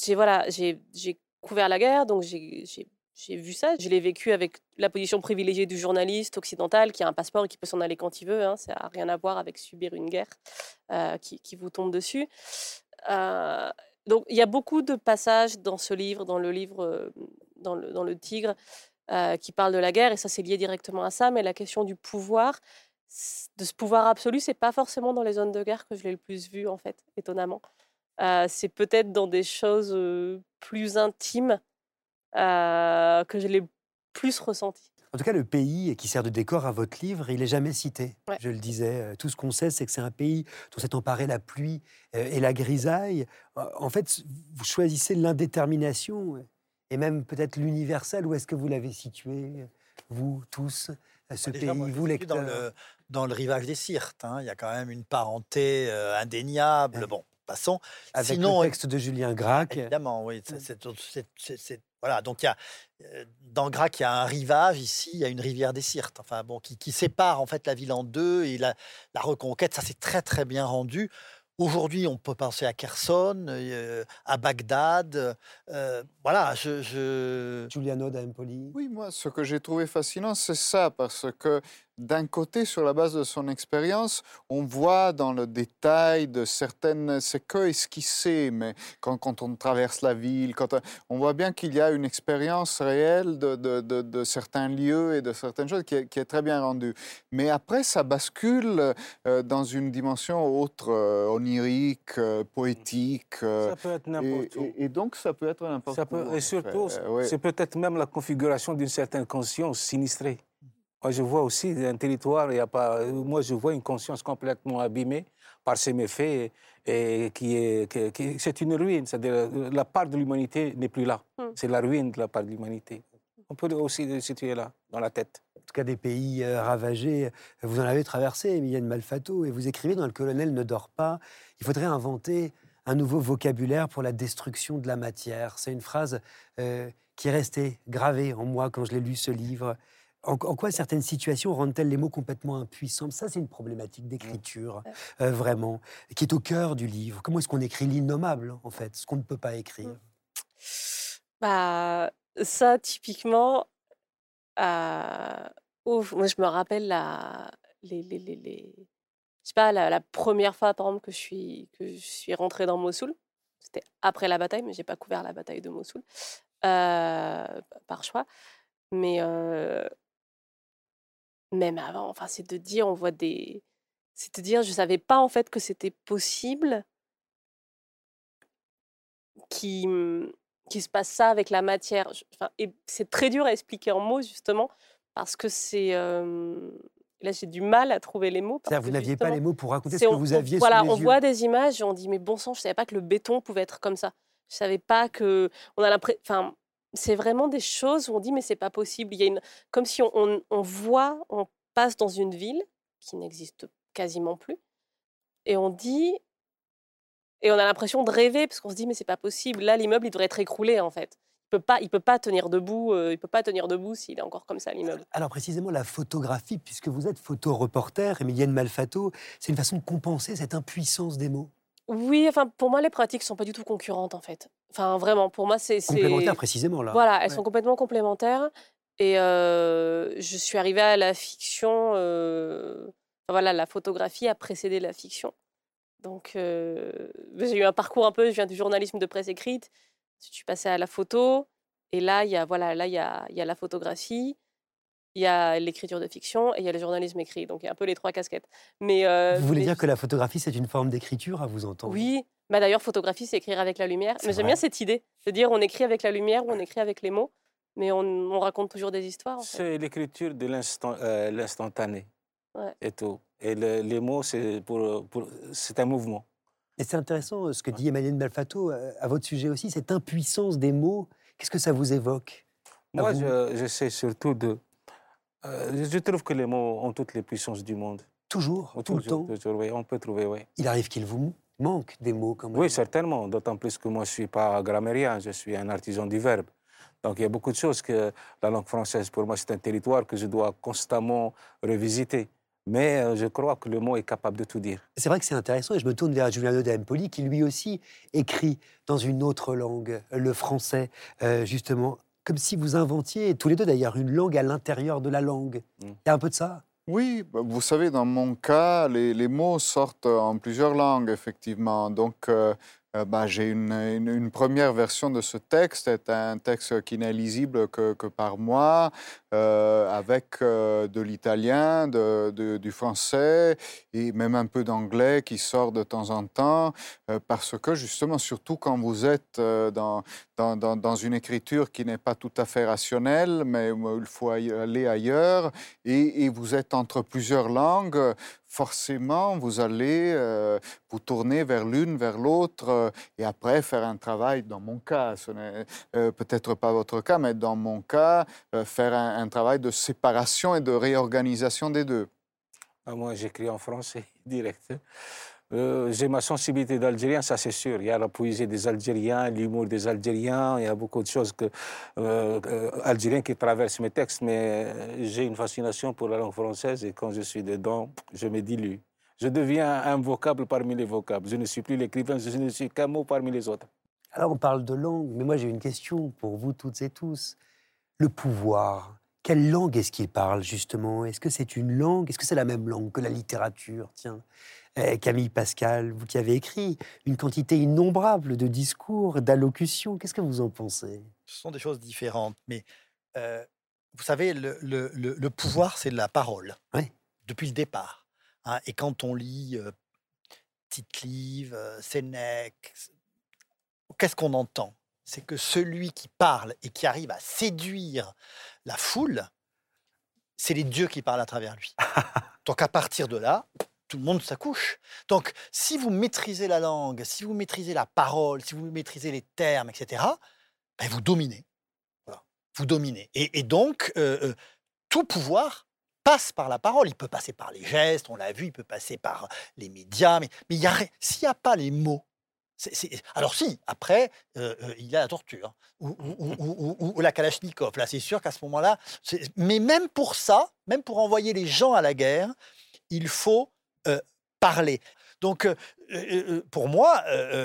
j'ai couvert la guerre, donc j'ai vu ça. Je l'ai vécu avec la position privilégiée du journaliste occidental qui a un passeport et qui peut s'en aller quand il veut. Hein. Ça n'a rien à voir avec subir une guerre qui vous tombe dessus. Donc il y a beaucoup de passages dans ce livre, dans le Tigre, qui parlent de la guerre, et ça c'est lié directement à ça. Mais la question du pouvoir, de ce pouvoir absolu, c'est pas forcément dans les zones de guerre que je l'ai le plus vu, en fait, étonnamment. C'est peut-être dans des choses plus intimes que je l'ai plus ressenti. En tout cas, le pays qui sert de décor à votre livre, il n'est jamais cité. Ouais. Je le disais, tout ce qu'on sait, c'est que c'est un pays dont s'est emparée la pluie et la grisaille. En fait, vous choisissez l'indétermination et même peut-être l'universel. Où est-ce que vous l'avez situé, vous tous, ce Déjà, pays, moi, je vous, suis lecteurs? dans le rivage des Sirtes. Hein. Il y a quand même une parenté indéniable. Ouais. Bon, passons. Avec Sinon, le texte de Julien Gracq. évidemment, oui. Voilà, donc dans Grac, il y a un rivage, ici, il y a une rivière des Sirtes, enfin, bon, qui sépare en fait la ville en deux, et la reconquête, ça c'est très très bien rendu. Aujourd'hui, on peut penser à Kherson, à Bagdad. Voilà, Giuliano da Empoli. Oui, moi, ce que j'ai trouvé fascinant, c'est ça, parce que d'un côté, sur la base de son expérience, on voit dans le détail de certaines... C'est que esquissé, mais quand on traverse la ville, on voit bien qu'il y a une expérience réelle de certains lieux et de certaines choses qui est très bien rendue. Mais après, ça bascule dans une dimension autre, onirique, poétique. Ça peut être n'importe où. Et donc, ça peut être n'importe où. Et surtout, ouais. c'est peut-être même la configuration d'une certaine conscience sinistrée. Moi, je vois aussi un territoire, il y a pas, moi, je vois une conscience complètement abîmée par ces méfaits et c'est une ruine. C'est-à-dire la part de l'humanité n'est plus là. C'est la ruine de la part de l'humanité. On peut aussi le situer là, dans la tête. En tout cas, des pays ravagés. Vous en avez traversé, Emilienne Malfatto, et vous écrivez dans Le colonel ne dort pas, il faudrait inventer un nouveau vocabulaire pour la destruction de la matière. C'est une phrase qui est restée gravée en moi quand je l'ai lu, ce livre. En quoi certaines situations rendent-elles les mots complètement impuissants? Ça, c'est une problématique d'écriture, vraiment, qui est au cœur du livre. Comment est-ce qu'on écrit l'innommable, en fait, ce qu'on ne peut pas écrire? Bah, ça, typiquement, moi, je me rappelle je sais pas, la première fois, par exemple, que je suis rentrée dans Mossoul. C'était après la bataille, mais j'ai pas couvert la bataille de Mossoul par choix. Mais même avant, enfin, c'est de dire, je savais pas en fait que c'était possible qu'il se passe ça avec la matière. Enfin, et c'est très dur à expliquer en mots justement parce que là j'ai du mal à trouver les mots. C'est-à-dire, vous n'aviez pas les mots pour raconter ce que vous aviez voilà, sous les on yeux. voit des images et on dit mais bon sang, je savais pas que le béton pouvait être comme ça. Je savais pas que on a l'impression. Enfin, c'est vraiment des choses où on dit mais c'est pas possible. Il y a comme si on passe dans une ville qui n'existe quasiment plus et on dit. Et on a l'impression de rêver parce qu'on se dit mais c'est pas possible. Là, l'immeuble, il devrait être écroulé en fait. il peut pas tenir debout. Il peut pas tenir debout s'il est encore comme ça l'immeuble. Alors précisément, la photographie, puisque vous êtes photoreporter, Emilienne Malfato, c'est une façon de compenser cette impuissance des mots. Oui, enfin pour moi les pratiques sont pas du tout concurrentes en fait. Enfin vraiment, pour moi c'est Complémentaire précisément là. voilà, elles Ouais. sont complètement complémentaires. Et je suis arrivée à la fiction. Enfin, voilà, la photographie a précédé la fiction. Donc j'ai eu un parcours un peu. Je viens du journalisme de presse écrite. Je suis passée à la photo. Et là, il y a la photographie, il y a l'écriture de fiction et il y a le journalisme écrit. Donc il y a un peu les trois casquettes. Mais Vous voulez mais dire que la photographie, c'est une forme d'écriture, à vous entendre? oui. Bah d'ailleurs, photographie, c'est écrire avec la lumière. C'est Mais j'aime vrai. bien cette idée de dire on écrit avec la lumière ou on écrit avec les mots, mais on raconte toujours des histoires. En fait. C'est l'écriture de l'instantané Ouais. et tout. Et les mots, c'est un mouvement. Et c'est intéressant ce que dit Emilienne Malfato à votre sujet aussi, cette impuissance des mots. Qu'est-ce que ça vous évoque? À Moi, vous? j'essaie surtout de... je trouve que les mots ont toutes les puissances du monde. Toujours, tout le temps. Toujours, oui, on peut trouver, oui. Il arrive qu'il vous manque des mots quand même. Oui, certainement. D'autant plus que moi, je ne suis pas grammairien, je suis un artisan du verbe. Donc, il y a beaucoup de choses que la langue française, pour moi, c'est un territoire que je dois constamment revisiter. Mais je crois que le mot est capable de tout dire. C'est vrai que c'est intéressant et je me tourne vers Giuliano de Empoli qui lui aussi écrit dans une autre langue, le français, justement. Comme si vous inventiez, tous les deux d'ailleurs, une langue à l'intérieur de la langue. Il y a un peu de ça? Oui, vous savez, dans mon cas, les mots sortent en plusieurs langues, effectivement. Donc, j'ai une première version de ce texte, c'est un texte qui n'est lisible que par moi, avec de l'italien, du français et même un peu d'anglais qui sort de temps en temps, parce que justement, surtout quand vous êtes dans une écriture qui n'est pas tout à fait rationnelle, mais il faut aller ailleurs, et vous êtes entre plusieurs langues, forcément, vous allez vous tourner vers l'une, vers l'autre, et après faire un travail, dans mon cas, ce n'est peut-être pas votre cas, mais dans mon cas, faire un travail de séparation et de réorganisation des deux. Moi, j'écris en français direct. J'ai ma sensibilité d'Algérien, ça c'est sûr. Il y a la poésie des Algériens, l'humour des Algériens, il y a beaucoup de choses algériennes qui traversent mes textes, mais j'ai une fascination pour la langue française et quand je suis dedans, je me dilue. Je deviens un vocable parmi les vocables. Je ne suis plus l'écrivain, je ne suis qu'un mot parmi les autres. Alors on parle de langue, mais moi j'ai une question pour vous toutes et tous. Le pouvoir, quelle langue est-ce qu'il parle justement? Est-ce que c'est une langue? Est-ce que c'est la même langue que la littérature? Tiens, Camille Pascal, vous qui avez écrit une quantité innombrable de discours, d'allocutions, qu'est-ce que vous en pensez? Ce sont des choses différentes, mais vous savez, le pouvoir, c'est la parole, Oui. depuis le départ. Hein. Et quand on lit Tite-Live, Sénèque, qu'est-ce qu'on entend? C'est que celui qui parle et qui arrive à séduire la foule, c'est les dieux qui parlent à travers lui. Donc à partir de là, tout le monde s'accouche. Donc si vous maîtrisez la langue, si vous maîtrisez la parole, si vous maîtrisez les termes, etc., ben vous dominez. Voilà. Vous dominez. Et donc, tout pouvoir passe par la parole. Il peut passer par les gestes, on l'a vu, il peut passer par les médias, mais s'il n'y a pas les mots, alors si, après, il y a la torture ou la Kalachnikov. Là, c'est sûr qu'à ce moment-là... Mais même pour ça, même pour envoyer les gens à la guerre, il faut parler. Donc, pour moi,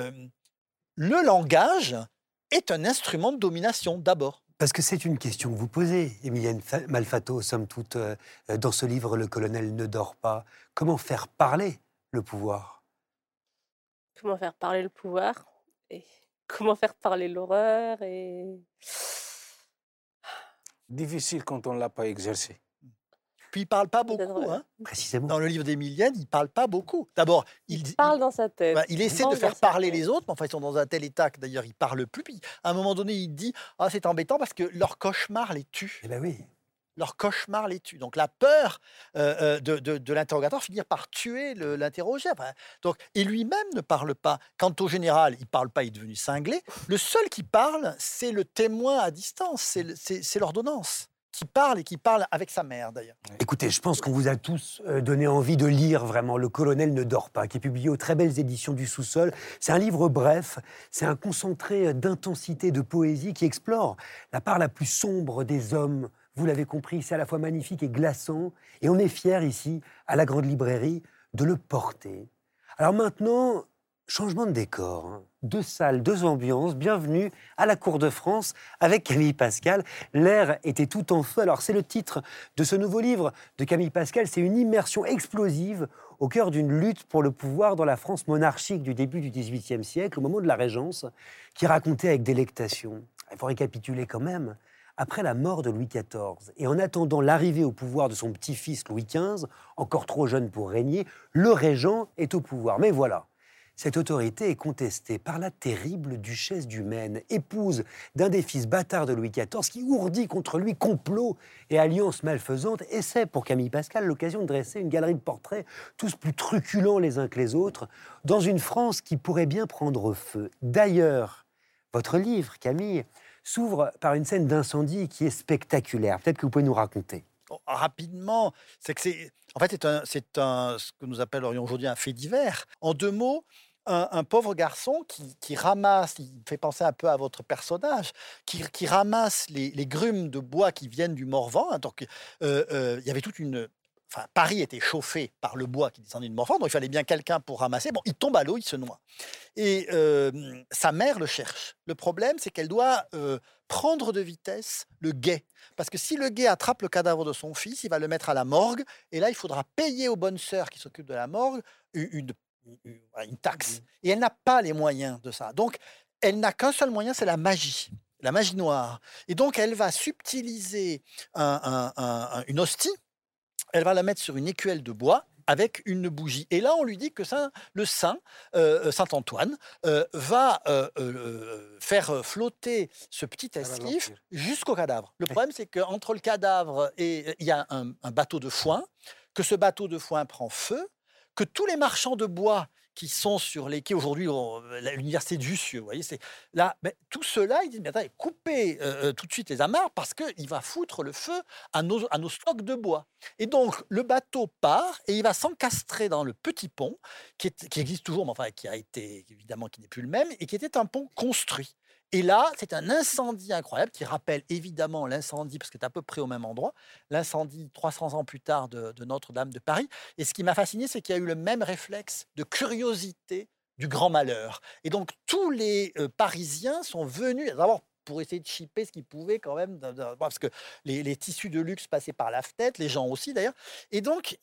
le langage est un instrument de domination, d'abord. Parce que c'est une question que vous posez, Emilienne Malfato, somme toute, dans ce livre « Le colonel ne dort pas ». Comment faire parler le pouvoir? Comment faire parler le pouvoir et comment faire parler l'horreur et... Difficile quand on ne l'a pas exercé. Puis il ne parle pas Peut-être, beaucoup. ouais. Hein. Précisément. Dans le livre d'Emilienne, il ne parle pas beaucoup. D'abord, Il parle dans sa tête. il essaie de pense faire dans sa parler tête. les autres, mais enfin, ils sont dans un tel état que d'ailleurs, ils ne parlent plus. Puis, à un moment donné, il dit « Ah, c'est embêtant parce que leur cauchemar les tue. Eh bien oui. Leur cauchemar les tue. » Donc, la peur de l'interrogateur finit par tuer l'interrogé. Enfin, donc, et lui-même ne parle pas. Quant au général, il ne parle pas, il est devenu cinglé. Le seul qui parle, c'est le témoin à distance, c'est l'ordonnance. qui parle et qui parle avec sa mère d'ailleurs. Écoutez, je pense qu'on vous a tous donné envie de lire vraiment Le colonel ne dort pas, qui est publié aux très belles éditions du Sous-sol. C'est un livre bref, c'est un concentré d'intensité, de poésie qui explore la part la plus sombre des hommes. Vous l'avez compris, c'est à la fois magnifique et glaçant. Et on est fiers ici, à la Grande Librairie, de le porter. Alors maintenant, changement de décor. 2 salles, 2 ambiances. Bienvenue à la Cour de France avec Camille Pascal. L'air était tout en feu. Alors c'est le titre de ce nouveau livre de Camille Pascal. C'est une immersion explosive au cœur d'une lutte pour le pouvoir dans la France monarchique du début du XVIIIe siècle, au moment de la Régence, qui racontait avec délectation. Il faut récapituler quand même. Après la mort de Louis XIV et en attendant l'arrivée au pouvoir de son petit-fils Louis XV, encore trop jeune pour régner, le régent est au pouvoir. Mais voilà, cette autorité est contestée par la terrible duchesse du Maine, épouse d'un des fils bâtards de Louis XIV, qui ourdit contre lui complot et alliance malfaisante. Et c'est pour Camille Pascal l'occasion de dresser une galerie de portraits, tous plus truculents les uns que les autres, dans une France qui pourrait bien prendre feu. D'ailleurs, votre livre, Camille, s'ouvre par une scène d'incendie qui est spectaculaire. Peut-être que vous pouvez nous raconter. Rapidement, en fait, ce que nous appellerions aujourd'hui un fait divers. En 2 mots, un pauvre garçon qui ramasse, il fait penser un peu à votre personnage, qui ramasse les grumes de bois qui viennent du Morvan. Hein, donc, il y avait toute une... Enfin, Paris était chauffé par le bois qui descendait du Morvan, donc il fallait bien quelqu'un pour ramasser. Bon, il tombe à l'eau, il se noie. Et sa mère le cherche. Le problème, c'est qu'elle doit prendre de vitesse le guet. Parce que si le guet attrape le cadavre de son fils, il va le mettre à la morgue. Et là, il faudra payer aux bonnes sœurs qui s'occupent de la morgue une taxe. Et elle n'a pas les moyens de ça. Donc, elle n'a qu'un seul moyen, c'est la magie noire. Et donc, elle va subtiliser une hostie. Elle va la mettre sur une écuelle de bois avec une bougie. Et là, on lui dit que le saint Saint-Antoine va faire flotter ce petit esquif jusqu'au cadavre. Le problème, c'est qu'entre le cadavre et il y a un bateau de foin, que ce bateau de foin prend feu, que tous les marchands de bois qui sont sur les quais aujourd'hui, l'université de Jussieu, vous voyez, c'est là, tout cela, ils disent, mais attendez, coupez tout de suite les amarres parce qu'il va foutre le feu à nos stocks de bois. Et donc, le bateau part et il va s'encastrer dans le petit pont qui existe toujours, mais enfin, qui a été, évidemment, qui n'est plus le même, et qui était un pont construit. Et là, c'est un incendie incroyable qui rappelle évidemment l'incendie, parce que c'est à peu près au même endroit, l'incendie 300 ans plus tard de Notre-Dame de Paris. Et ce qui m'a fasciné, c'est qu'il y a eu le même réflexe de curiosité du grand malheur. Et donc, tous les Parisiens sont venus, d'abord pour essayer de chipper ce qu'ils pouvaient quand même, parce que les tissus de luxe passaient par la fenêtre, les gens aussi d'ailleurs. Et donc,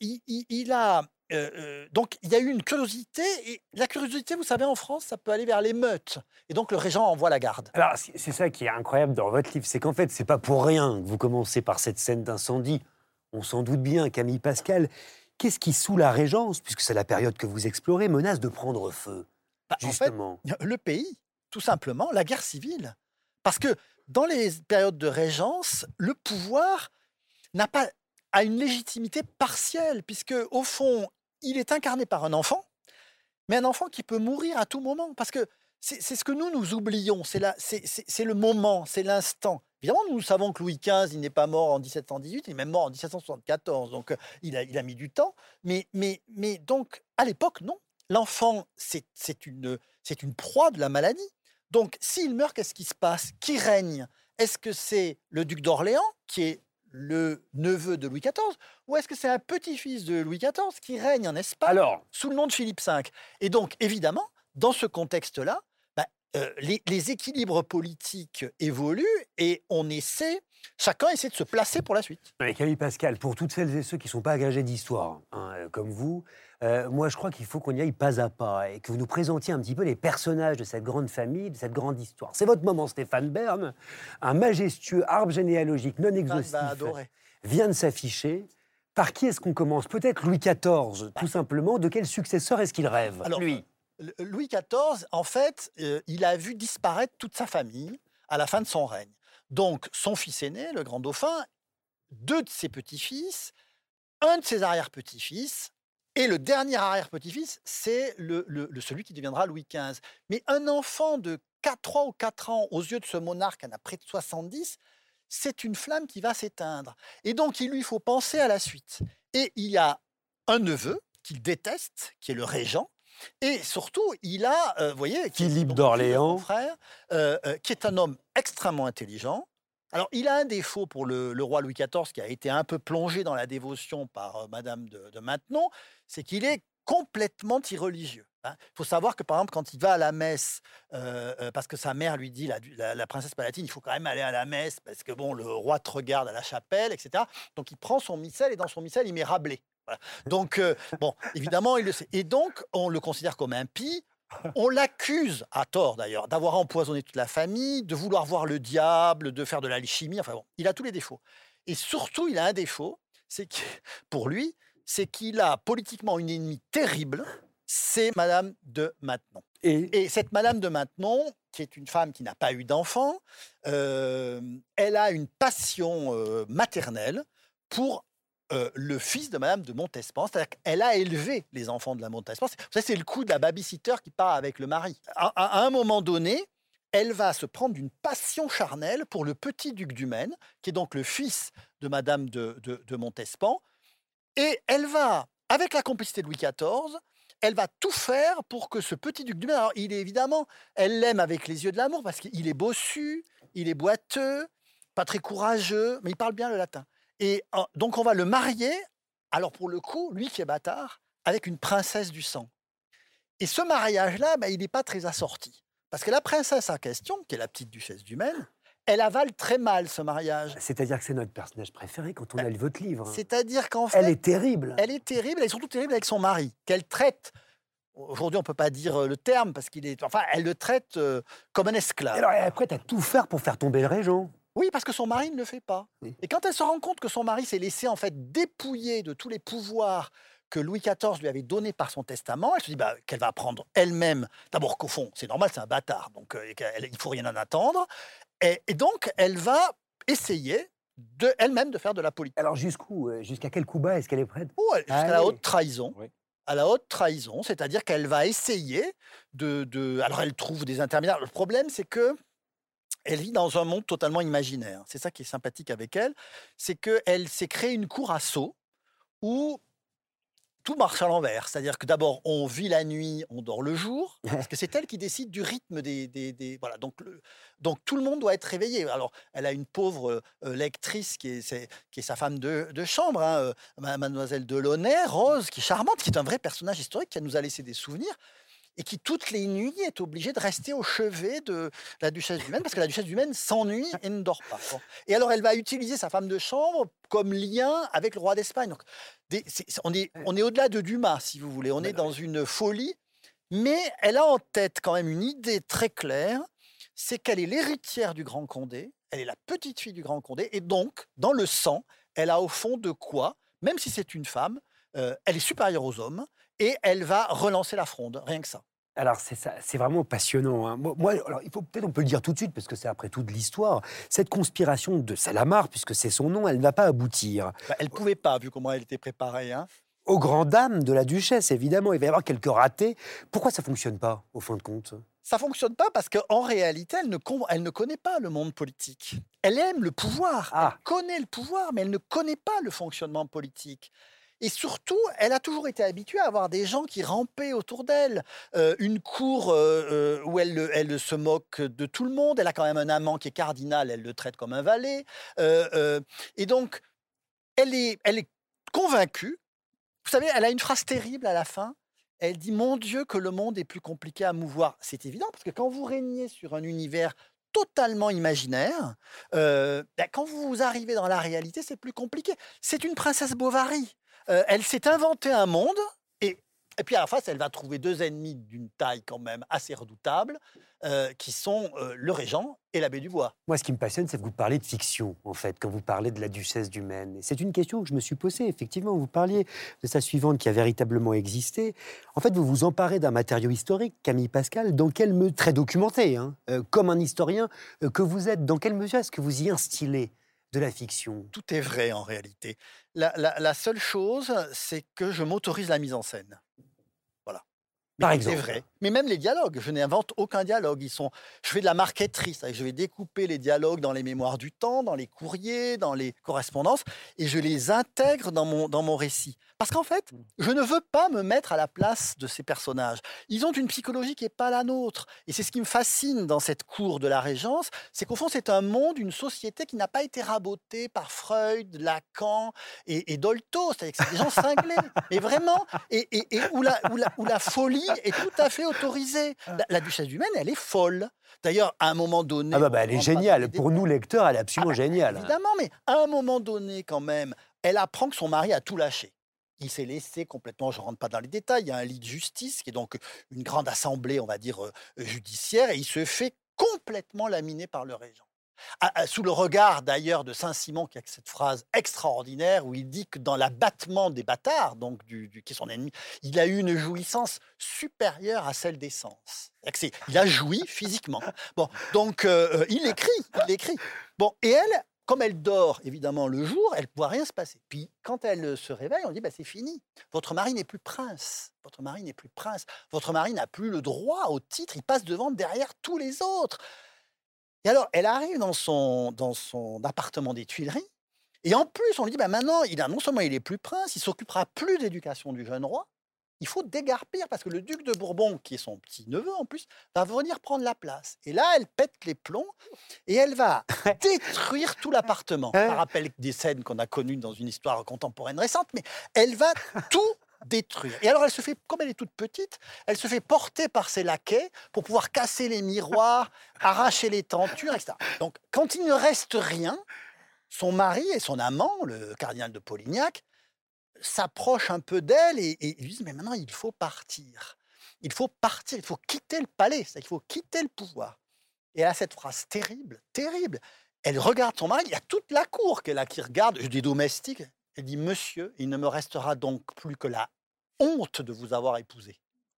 donc, il y a eu une curiosité, et la curiosité, vous savez, en France, ça peut aller vers l'émeute. Et donc, le régent envoie la garde. Alors, c'est ça qui est incroyable dans votre livre, c'est qu'en fait, c'est pas pour rien que vous commencez par cette scène d'incendie. On s'en doute bien, Camille Pascal. Qu'est-ce qui, sous la Régence, puisque c'est la période que vous explorez, menace de prendre feu, justement? En fait, le pays, tout simplement, la guerre civile. Parce que dans les périodes de Régence, le pouvoir a une légitimité partielle, puisque, au fond, il est incarné par un enfant, mais un enfant qui peut mourir à tout moment. Parce que c'est ce que nous oublions, c'est le moment, c'est l'instant. Évidemment, nous savons que Louis XV, il n'est pas mort en 1718, il est même mort en 1774, donc il a mis du temps. Mais donc, à l'époque, non. L'enfant, c'est une proie de la maladie. Donc, s'il meurt, qu'est-ce qui se passe? Qui règne? Est-ce que c'est le duc d'Orléans, qui est le neveu de Louis XIV, ou est-ce que c'est un petit-fils de Louis XIV qui règne en Espagne sous le nom de Philippe V? Et donc, évidemment, dans ce contexte-là, les équilibres politiques évoluent et chacun essaie de se placer pour la suite. Mais Camille Pascal, pour toutes celles et ceux qui ne sont pas agrégés d'histoire, comme vous, moi je crois qu'il faut qu'on y aille pas à pas et que vous nous présentiez un petit peu les personnages de cette grande famille, de cette grande histoire. C'est votre moment, Stéphane Bern. Un majestueux arbre généalogique non exhaustif vient de s'afficher. Par qui est-ce qu'on commence? Peut-être Louis XIV, tout simplement. De quel successeur est-ce qu'il rêve? Alors, lui, Louis XIV, en fait, il a vu disparaître toute sa famille à la fin de son règne. Donc, son fils aîné, le grand dauphin, 2 de ses petits-fils, un de ses arrière-petits-fils, et le dernier arrière-petit-fils, c'est celui qui deviendra Louis XV. Mais un enfant de 3 ou 4 ans, aux yeux de ce monarque, en a près de 70, c'est une flamme qui va s'éteindre. Et donc, il lui faut penser à la suite. Et il y a un neveu qu'il déteste, qui est le régent. Et surtout, il a, vous voyez, Philippe donc, d'Orléans, son frère, qui est un homme extrêmement intelligent. Alors, il a un défaut pour le roi Louis XIV, qui a été un peu plongé dans la dévotion par Madame de Maintenon, c'est qu'il est complètement irreligieux. Il faut savoir que, par exemple, quand il va à la messe, parce que sa mère lui dit, la princesse palatine, il faut quand même aller à la messe, parce que bon, le roi te regarde à la chapelle, etc. Donc, il prend son missel, et dans son missel, il met Rabelais. Voilà. Donc, bon, évidemment, il le sait. Et donc, on le considère comme impie. On l'accuse, à tort d'ailleurs, d'avoir empoisonné toute la famille, de vouloir voir le diable, de faire de l'alchimie. Enfin bon, il a tous les défauts. Et surtout, il a un défaut, c'est que, pour lui, c'est qu'il a politiquement une ennemie terrible, c'est Madame de Maintenon. Et cette Madame de Maintenon, qui est une femme qui n'a pas eu d'enfant, elle a une passion maternelle pour le fils de Madame de Montespan, c'est-à-dire qu'elle a élevé les enfants de la Montespan. Ça, c'est le coup de la babysitter qui part avec le mari. À un moment donné, elle va se prendre d'une passion charnelle pour le petit duc du Maine, qui est donc le fils de Madame de Montespan, et elle va, avec la complicité de Louis XIV, elle va tout faire pour que ce petit duc du Maine, alors il est évidemment, elle l'aime avec les yeux de l'amour, parce qu'il est bossu, il est boiteux, pas très courageux, mais il parle bien le latin. Et donc, on va le marier, alors pour le coup, lui qui est bâtard, avec une princesse du sang. Et ce mariage-là, il n'est pas très assorti. Parce que la princesse en question, qui est la petite duchesse du Maine, elle avale très mal ce mariage. c'est-à-dire que c'est notre personnage préféré quand on a lu votre livre. C'est-à-dire qu'en fait... Elle est terrible. Elle est terrible, elle est surtout terrible avec son mari, qu'elle traite... Aujourd'hui, on ne peut pas dire le terme, parce qu'il est... Enfin, elle le traite comme un esclave. Alors, elle est prête à tout faire pour faire tomber le régent. Oui, parce que son mari ne le fait pas. Oui. Et quand elle se rend compte que son mari s'est laissé en fait dépouiller de tous les pouvoirs que Louis XIV lui avait donnés par son testament, elle se dit qu'elle va prendre elle-même. D'abord qu'au fond, c'est normal, c'est un bâtard, donc il ne faut rien en attendre. Et donc, elle va essayer elle-même de faire de la politique. Alors, jusqu'où jusqu'à quel coup bas est-ce qu'elle est prête? Jusqu'à la haute trahison. Oui. À la haute trahison, c'est-à-dire qu'elle va essayer Alors, elle trouve des intermédiaires. Le problème, c'est que elle vit dans un monde totalement imaginaire. C'est ça qui est sympathique avec elle, c'est qu'elle s'est créée une cour à Sceaux où tout marche à l'envers. C'est-à-dire que d'abord, on vit la nuit, on dort le jour, parce que c'est elle qui décide du rythme voilà. Donc tout le monde doit être réveillé. Alors, elle a une pauvre lectrice qui est sa femme de chambre, hein, Mademoiselle Delaunay, Rose, qui est charmante, qui est un vrai personnage historique, qui nous a laissé des souvenirs, et qui, toutes les nuits, est obligée de rester au chevet de la duchesse du Maine, parce que la duchesse du Maine s'ennuie et ne dort pas. Bon. Et alors, elle va utiliser sa femme de chambre comme lien avec le roi d'Espagne. Donc, on est au-delà de Dumas, si vous voulez. On est dans une folie, mais elle a en tête quand même une idée très claire, c'est qu'elle est l'héritière du Grand Condé, elle est la petite fille du Grand Condé, et donc, dans le sang, elle a au fond de quoi, même si c'est une femme, elle est supérieure aux hommes, et elle va relancer la fronde, rien que ça. Alors, c'est ça, c'est vraiment passionnant, hein. Moi, alors, on peut le dire tout de suite, parce que c'est après tout de l'histoire. Cette conspiration de Salamar, puisque c'est son nom, elle ne va pas aboutir. Elle ne pouvait pas, vu comment elle était préparée. Hein. Aux grandes dames de la duchesse, évidemment. Il va y avoir quelques ratés. Pourquoi ça ne fonctionne pas, au fin de compte? Ça ne fonctionne pas parce qu'en réalité, elle ne connaît pas le monde politique. Elle aime le pouvoir, elle connaît le pouvoir, mais elle ne connaît pas le fonctionnement politique. Et surtout, elle a toujours été habituée à avoir des gens qui rampaient autour d'elle. Une cour où elle se moque de tout le monde. Elle a quand même un amant qui est cardinal, elle le traite comme un valet. Et donc, elle est convaincue. Vous savez, elle a une phrase terrible à la fin. Elle dit « Mon Dieu, que le monde est plus compliqué à mouvoir ». C'est évident, parce que quand vous régnez sur un univers totalement imaginaire, quand vous arrivez dans la réalité, c'est plus compliqué. C'est une princesse Bovary. Elle s'est inventé un monde, et puis à la face, elle va trouver deux ennemis d'une taille quand même assez redoutable, qui sont le régent et l'abbé Dubois. Moi, ce qui me passionne, c'est que vous parlez de fiction, en fait, quand vous parlez de la duchesse du Maine. Et c'est une question que je me suis posée, effectivement. Vous parliez de sa suivante qui a véritablement existé. En fait, vous vous emparez d'un matériau historique, Camille Pascal, très documenté, hein, comme un historien que vous êtes. Dans quelle mesure est-ce que vous y instillez de la fiction? Tout est vrai en réalité. La seule chose, c'est que je m'autorise la mise en scène. Voilà. Par C'est exemple. vrai. Mais même les dialogues, je n'invente aucun dialogue. Je fais de la marqueterie, c'est-à-dire que je vais découper les dialogues dans les mémoires du temps, dans les courriers, dans les correspondances, et je les intègre dans mon récit. Parce qu'en fait, je ne veux pas me mettre à la place de ces personnages. Ils ont une psychologie qui n'est pas la nôtre. Et c'est ce qui me fascine dans cette cour de la Régence, c'est qu'au fond, c'est un monde, une société qui n'a pas été rabotée par Freud, Lacan et Dolto. C'est-à-dire que c'est des gens cinglés. Mais vraiment, et où la folie est tout à fait autorisée. La Duchesse du Maine, elle est folle. D'ailleurs, à un moment donné... Ah bah, on elle est rentre pas dans géniale. les Pour détails. nous, lecteurs, elle est absolument géniale. Évidemment, mais à un moment donné, quand même, elle apprend que son mari a tout lâché. Il s'est laissé complètement, je ne rentre pas dans les détails, il y a un lit de justice, qui est donc une grande assemblée, on va dire, judiciaire, et il se fait complètement laminer par le régent. Sous le regard d'ailleurs de Saint-Simon, qui a cette phrase extraordinaire où il dit que dans l'abattement des bâtards, donc qui est son ennemi, il a eu une jouissance supérieure à celle des sens. Il a joui physiquement. Bon, donc il écrit. Bon, et elle, comme elle dort évidemment le jour, elle ne voit rien se passer. Puis quand elle se réveille, on dit c'est fini. Votre mari n'est plus prince. Votre mari n'est plus prince. Votre mari n'a plus le droit au titre. Il passe derrière tous les autres. Et alors, elle arrive dans son appartement des Tuileries, et en plus, on lui dit, maintenant, non seulement il est plus prince, il s'occupera plus de l'éducation du jeune roi, il faut dégarpir, parce que le duc de Bourbon, qui est son petit-neveu en plus, va venir prendre la place. Et là, elle pète les plombs, et elle va détruire tout l'appartement. Ça rappelle des scènes qu'on a connues dans une histoire contemporaine récente, mais elle va tout détruire. Et alors, comme elle est toute petite, elle se fait porter par ses laquais pour pouvoir casser les miroirs, arracher les tentures, etc. Donc, quand il ne reste rien, son mari et son amant, le cardinal de Polignac, s'approchent un peu d'elle et lui disent « Mais maintenant, il faut partir. Il faut partir, il faut quitter le palais, il faut quitter le pouvoir. » Et elle a cette phrase terrible, terrible. Elle regarde son mari, il y a toute la cour qui regarde, des domestiques. Elle dit « Monsieur, il ne me restera donc plus que la honte de vous avoir épousé. »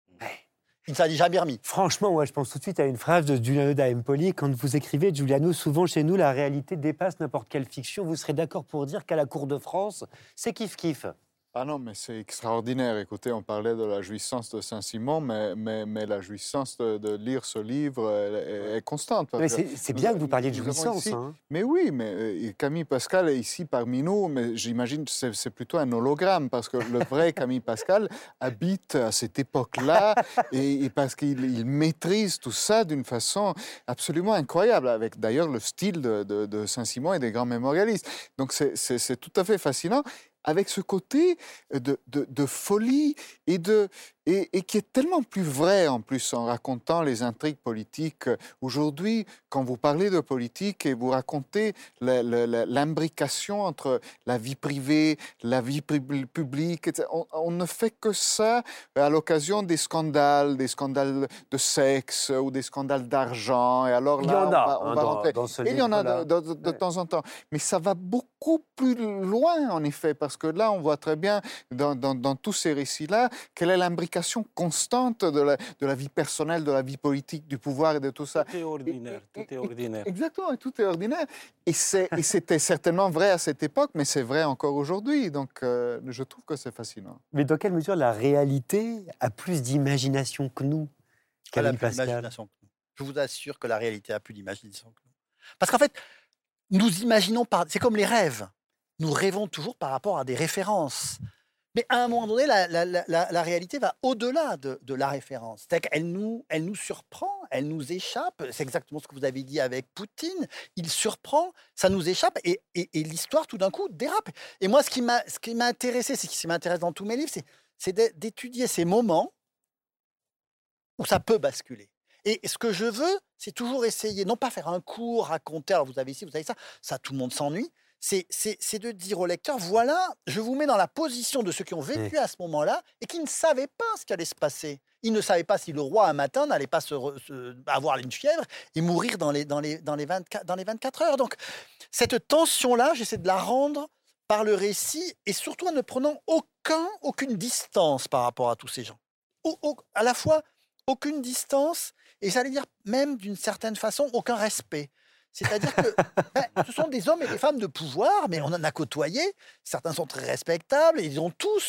Il ne s'en est jamais remis. Franchement, moi, je pense tout de suite à une phrase de Giuliano da Empoli. Quand vous écrivez, Giuliano, souvent chez nous, la réalité dépasse n'importe quelle fiction. Vous serez d'accord pour dire qu'à la cour de France, c'est kiff-kiff. Ah non, mais c'est extraordinaire. Écoutez, on parlait de la jouissance de Saint-Simon, mais la jouissance de lire ce livre est constante. Mais c'est bien que vous parliez de jouissance. Mais oui, mais Camille Pascal est ici parmi nous, mais j'imagine que c'est plutôt un hologramme, parce que le vrai Camille Pascal habite à cette époque-là, et parce qu'il maîtrise tout ça d'une façon absolument incroyable, avec d'ailleurs le style de Saint-Simon et des grands mémorialistes. Donc c'est tout à fait fascinant, avec ce côté de folie et qui est tellement plus vrai en plus en racontant les intrigues politiques. Aujourd'hui, quand vous parlez de politique et vous racontez l'imbrication entre la vie privée, la vie publique, etc., on ne fait que ça à l'occasion des scandales de sexe ou des scandales d'argent. Et alors là, on va rentrer. Dans ce et il y en a de ouais. temps en temps. Mais ça va beaucoup plus loin, en effet, parce que là, on voit très bien dans tous ces récits-là quelle est l'imbrication constante de la vie personnelle, de la vie politique, du pouvoir et de tout ça. Tout est ordinaire, tout est ordinaire. Exactement, et tout est ordinaire. Et c'était certainement vrai à cette époque, mais c'est vrai encore aujourd'hui. Donc, je trouve que c'est fascinant. Mais dans quelle mesure la réalité a plus d'imagination que nous, Elle a Camille plus Pascal? d'imagination que nous. Je vous assure que la réalité a plus d'imagination que nous. Parce qu'en fait, nous imaginons c'est comme les rêves. Nous rêvons toujours par rapport à des références. Mais à un moment donné, la réalité va au-delà de la référence. C'est-à-dire qu'elle nous surprend, elle nous échappe. C'est exactement ce que vous avez dit avec Poutine. Il surprend, ça nous échappe et l'histoire, tout d'un coup, dérape. Et moi, ce qui m'a intéressé, c'est ce qui m'intéresse dans tous mes livres, c'est d'étudier ces moments où ça peut basculer. Et ce que je veux, c'est toujours essayer, non pas faire un cours, raconter, alors vous avez ici, vous avez ça tout le monde s'ennuie. C'est de dire au lecteur, voilà, je vous mets dans la position de ceux qui ont vécu à ce moment-là et qui ne savaient pas ce qui allait se passer. Ils ne savaient pas si le roi, un matin, n'allait pas avoir une fièvre et mourir dans les 24 heures. Donc, cette tension-là, j'essaie de la rendre par le récit et surtout en ne prenant aucune distance par rapport à tous ces gens. À la fois, aucune distance et j'allais dire même d'une certaine façon, aucun respect. C'est-à-dire que ce sont des hommes et des femmes de pouvoir, mais on en a côtoyé. Certains sont très respectables et ils ont tous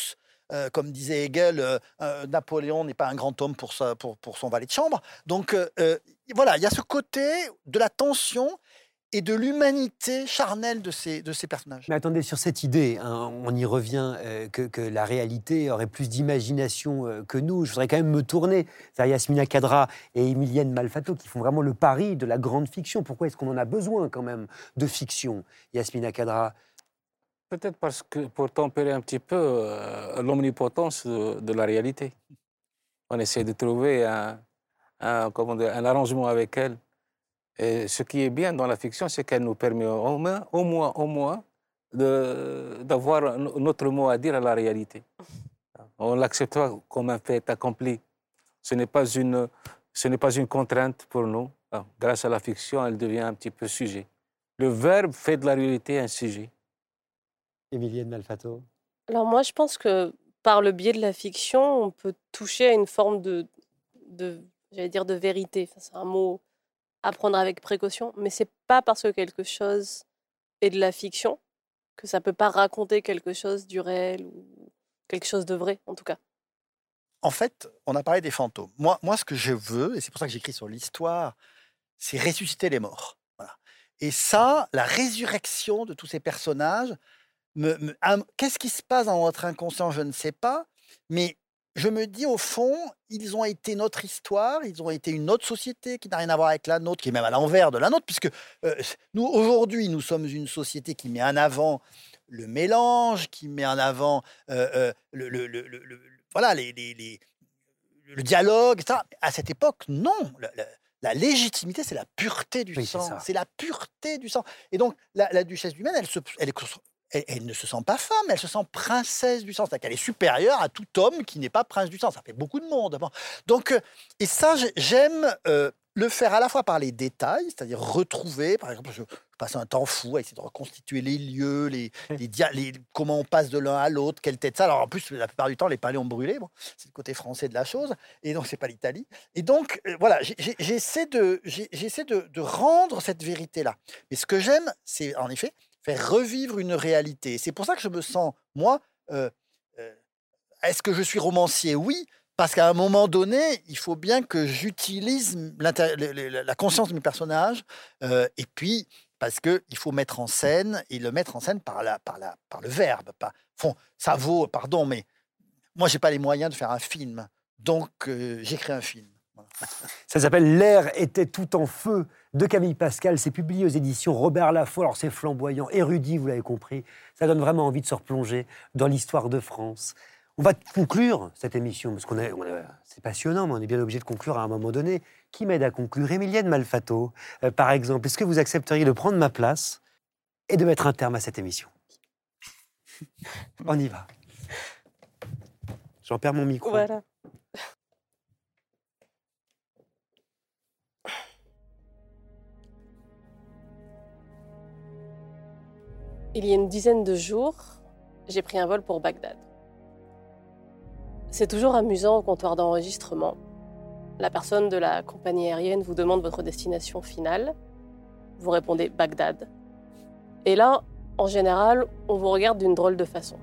Comme disait Hegel, Napoléon n'est pas un grand homme pour son valet de chambre. Donc voilà, il y a ce côté de la tension et de l'humanité charnelle de ces personnages. Mais attendez, sur cette idée, hein, on y revient, que la réalité aurait plus d'imagination que nous. Je voudrais quand même me tourner vers Yasmina Khadra et Emilienne Malfatto, qui font vraiment le pari de la grande fiction. Pourquoi est-ce qu'on en a besoin quand même de fiction, Yasmina Khadra? Peut-être parce que pour tempérer un petit peu l'omnipotence de la réalité. On essaie de trouver un arrangement avec elle. Et ce qui est bien dans la fiction, c'est qu'elle nous permet au moins d'avoir notre mot à dire à la réalité. On l'accepte comme un fait accompli. Ce n'est pas une contrainte pour nous. Grâce à la fiction, elle devient un petit peu sujet. Le verbe fait de la réalité un sujet. Emilienne Malfatto. Alors moi, je pense que par le biais de la fiction, on peut toucher à une forme j'allais dire de vérité. Enfin, c'est un mot à prendre avec précaution, mais c'est pas parce que quelque chose est de la fiction que ça peut pas raconter quelque chose du réel ou quelque chose de vrai, en tout cas. En fait, on a parlé des fantômes. Moi, ce que je veux, et c'est pour ça que j'écris sur l'histoire, c'est ressusciter les morts. Voilà. Et ça, la résurrection de tous ces personnages, qu'est-ce qui se passe dans votre inconscient, je ne sais pas, mais je me dis, au fond, ils ont été notre histoire, ils ont été une autre société qui n'a rien à voir avec la nôtre, qui est même à l'envers de la nôtre, puisque nous, aujourd'hui, nous sommes une société qui met en avant le mélange, qui met en avant voilà, le dialogue, etc. À cette époque, non. La légitimité, c'est la pureté du sang. C'est la pureté du sang. Et donc, la duchesse d'Humaine, elle ne se sent pas femme, elle se sent princesse du sang. C'est-à-dire qu'elle est supérieure à tout homme qui n'est pas prince du sang. Ça fait beaucoup de monde. Donc, et ça, j'aime le faire à la fois par les détails, c'est-à-dire retrouver, par exemple, je passe un temps fou à essayer de reconstituer les lieux, comment on passe de l'un à l'autre, quelle tête ça. Alors en plus, la plupart du temps, les palais ont brûlé. Bon, c'est le côté français de la chose, et donc c'est pas l'Italie. Et donc voilà, j'essaie de rendre cette vérité-là. Mais ce que j'aime, c'est en effet faire revivre une réalité. C'est pour ça que je me sens, moi, est-ce que je suis romancier? Oui. Parce qu'à un moment donné, il faut bien que j'utilise la conscience de mes personnages, et puis parce qu'il faut mettre en scène, et le mettre en scène par le verbe. Ça vaut, pardon, mais moi, je n'ai pas les moyens de faire un film, donc j'écris un film. Voilà. Ça s'appelle « L'air était tout en feu » de Camille Pascal. C'est publié aux éditions Robert Laffont. Alors c'est flamboyant, érudit, vous l'avez compris. Ça donne vraiment envie de se replonger dans l'histoire de France. On va conclure cette émission, parce c'est passionnant, mais on est bien obligé de conclure à un moment donné. Qui m'aide à conclure? Emilienne Malfatto, par exemple. Est-ce que vous accepteriez de prendre ma place et de mettre un terme à cette émission? On y va. J'en perds mon micro. Voilà. Il y a une dizaine de jours, j'ai pris un vol pour Bagdad. C'est toujours amusant au comptoir d'enregistrement. La personne de la compagnie aérienne vous demande votre destination finale. Vous répondez Bagdad. Et là, en général, on vous regarde d'une drôle de façon.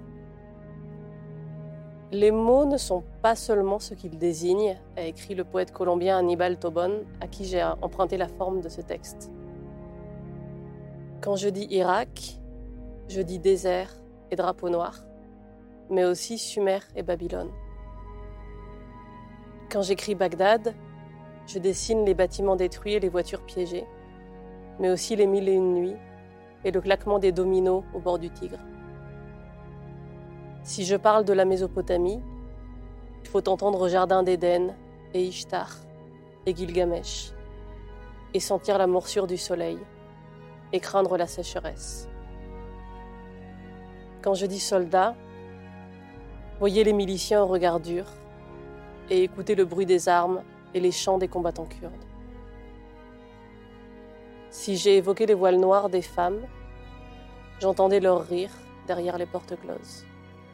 Les mots ne sont pas seulement ce qu'ils désignent, a écrit le poète colombien Aníbal Tobón, à qui j'ai emprunté la forme de ce texte. Quand je dis Irak, je dis désert et drapeau noir, mais aussi Sumer et Babylone. Quand j'écris Bagdad, je dessine les bâtiments détruits et les voitures piégées, mais aussi les 1001 nuits et le claquement des dominos au bord du Tigre. Si je parle de la Mésopotamie, il faut entendre Jardin d'Éden et Ishtar et Gilgamesh, et sentir la morsure du soleil et craindre la sécheresse. Quand je dis soldats, voyez les miliciens au regard dur et écoutez le bruit des armes et les chants des combattants kurdes. Si j'ai évoqué les voiles noirs des femmes, j'entendais leur rire derrière les portes closes.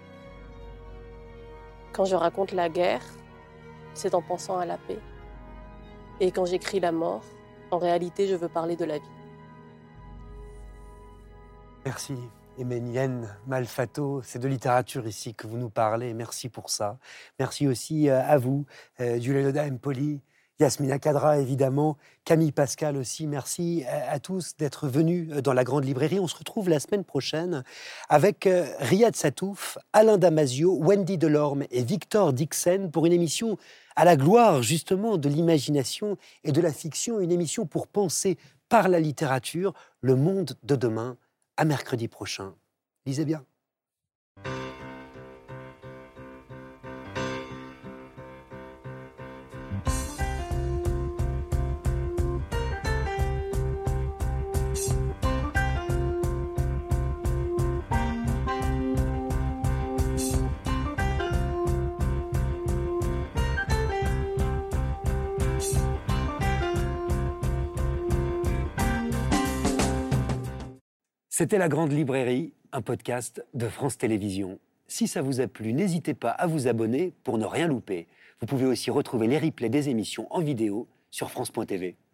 Quand je raconte la guerre, c'est en pensant à la paix. Et quand j'écris la mort, en réalité, je veux parler de la vie. Merci. Emmanuel Malfatto, c'est de littérature ici que vous nous parlez. Merci pour ça. Merci aussi à vous, Giuliano Empoli, Yasmina Kadra, évidemment, Camille Pascal aussi. Merci à tous d'être venus dans la Grande Librairie. On se retrouve la semaine prochaine avec Riyad Satouf, Alain Damasio, Wendy Delorme et Victor Dixon pour une émission à la gloire, justement, de l'imagination et de la fiction. Une émission pour penser par la littérature le monde de demain. À mercredi prochain. Lisez bien. C'était La Grande Librairie, un podcast de France Télévisions. Si ça vous a plu, n'hésitez pas à vous abonner pour ne rien louper. Vous pouvez aussi retrouver les replays des émissions en vidéo sur France.tv.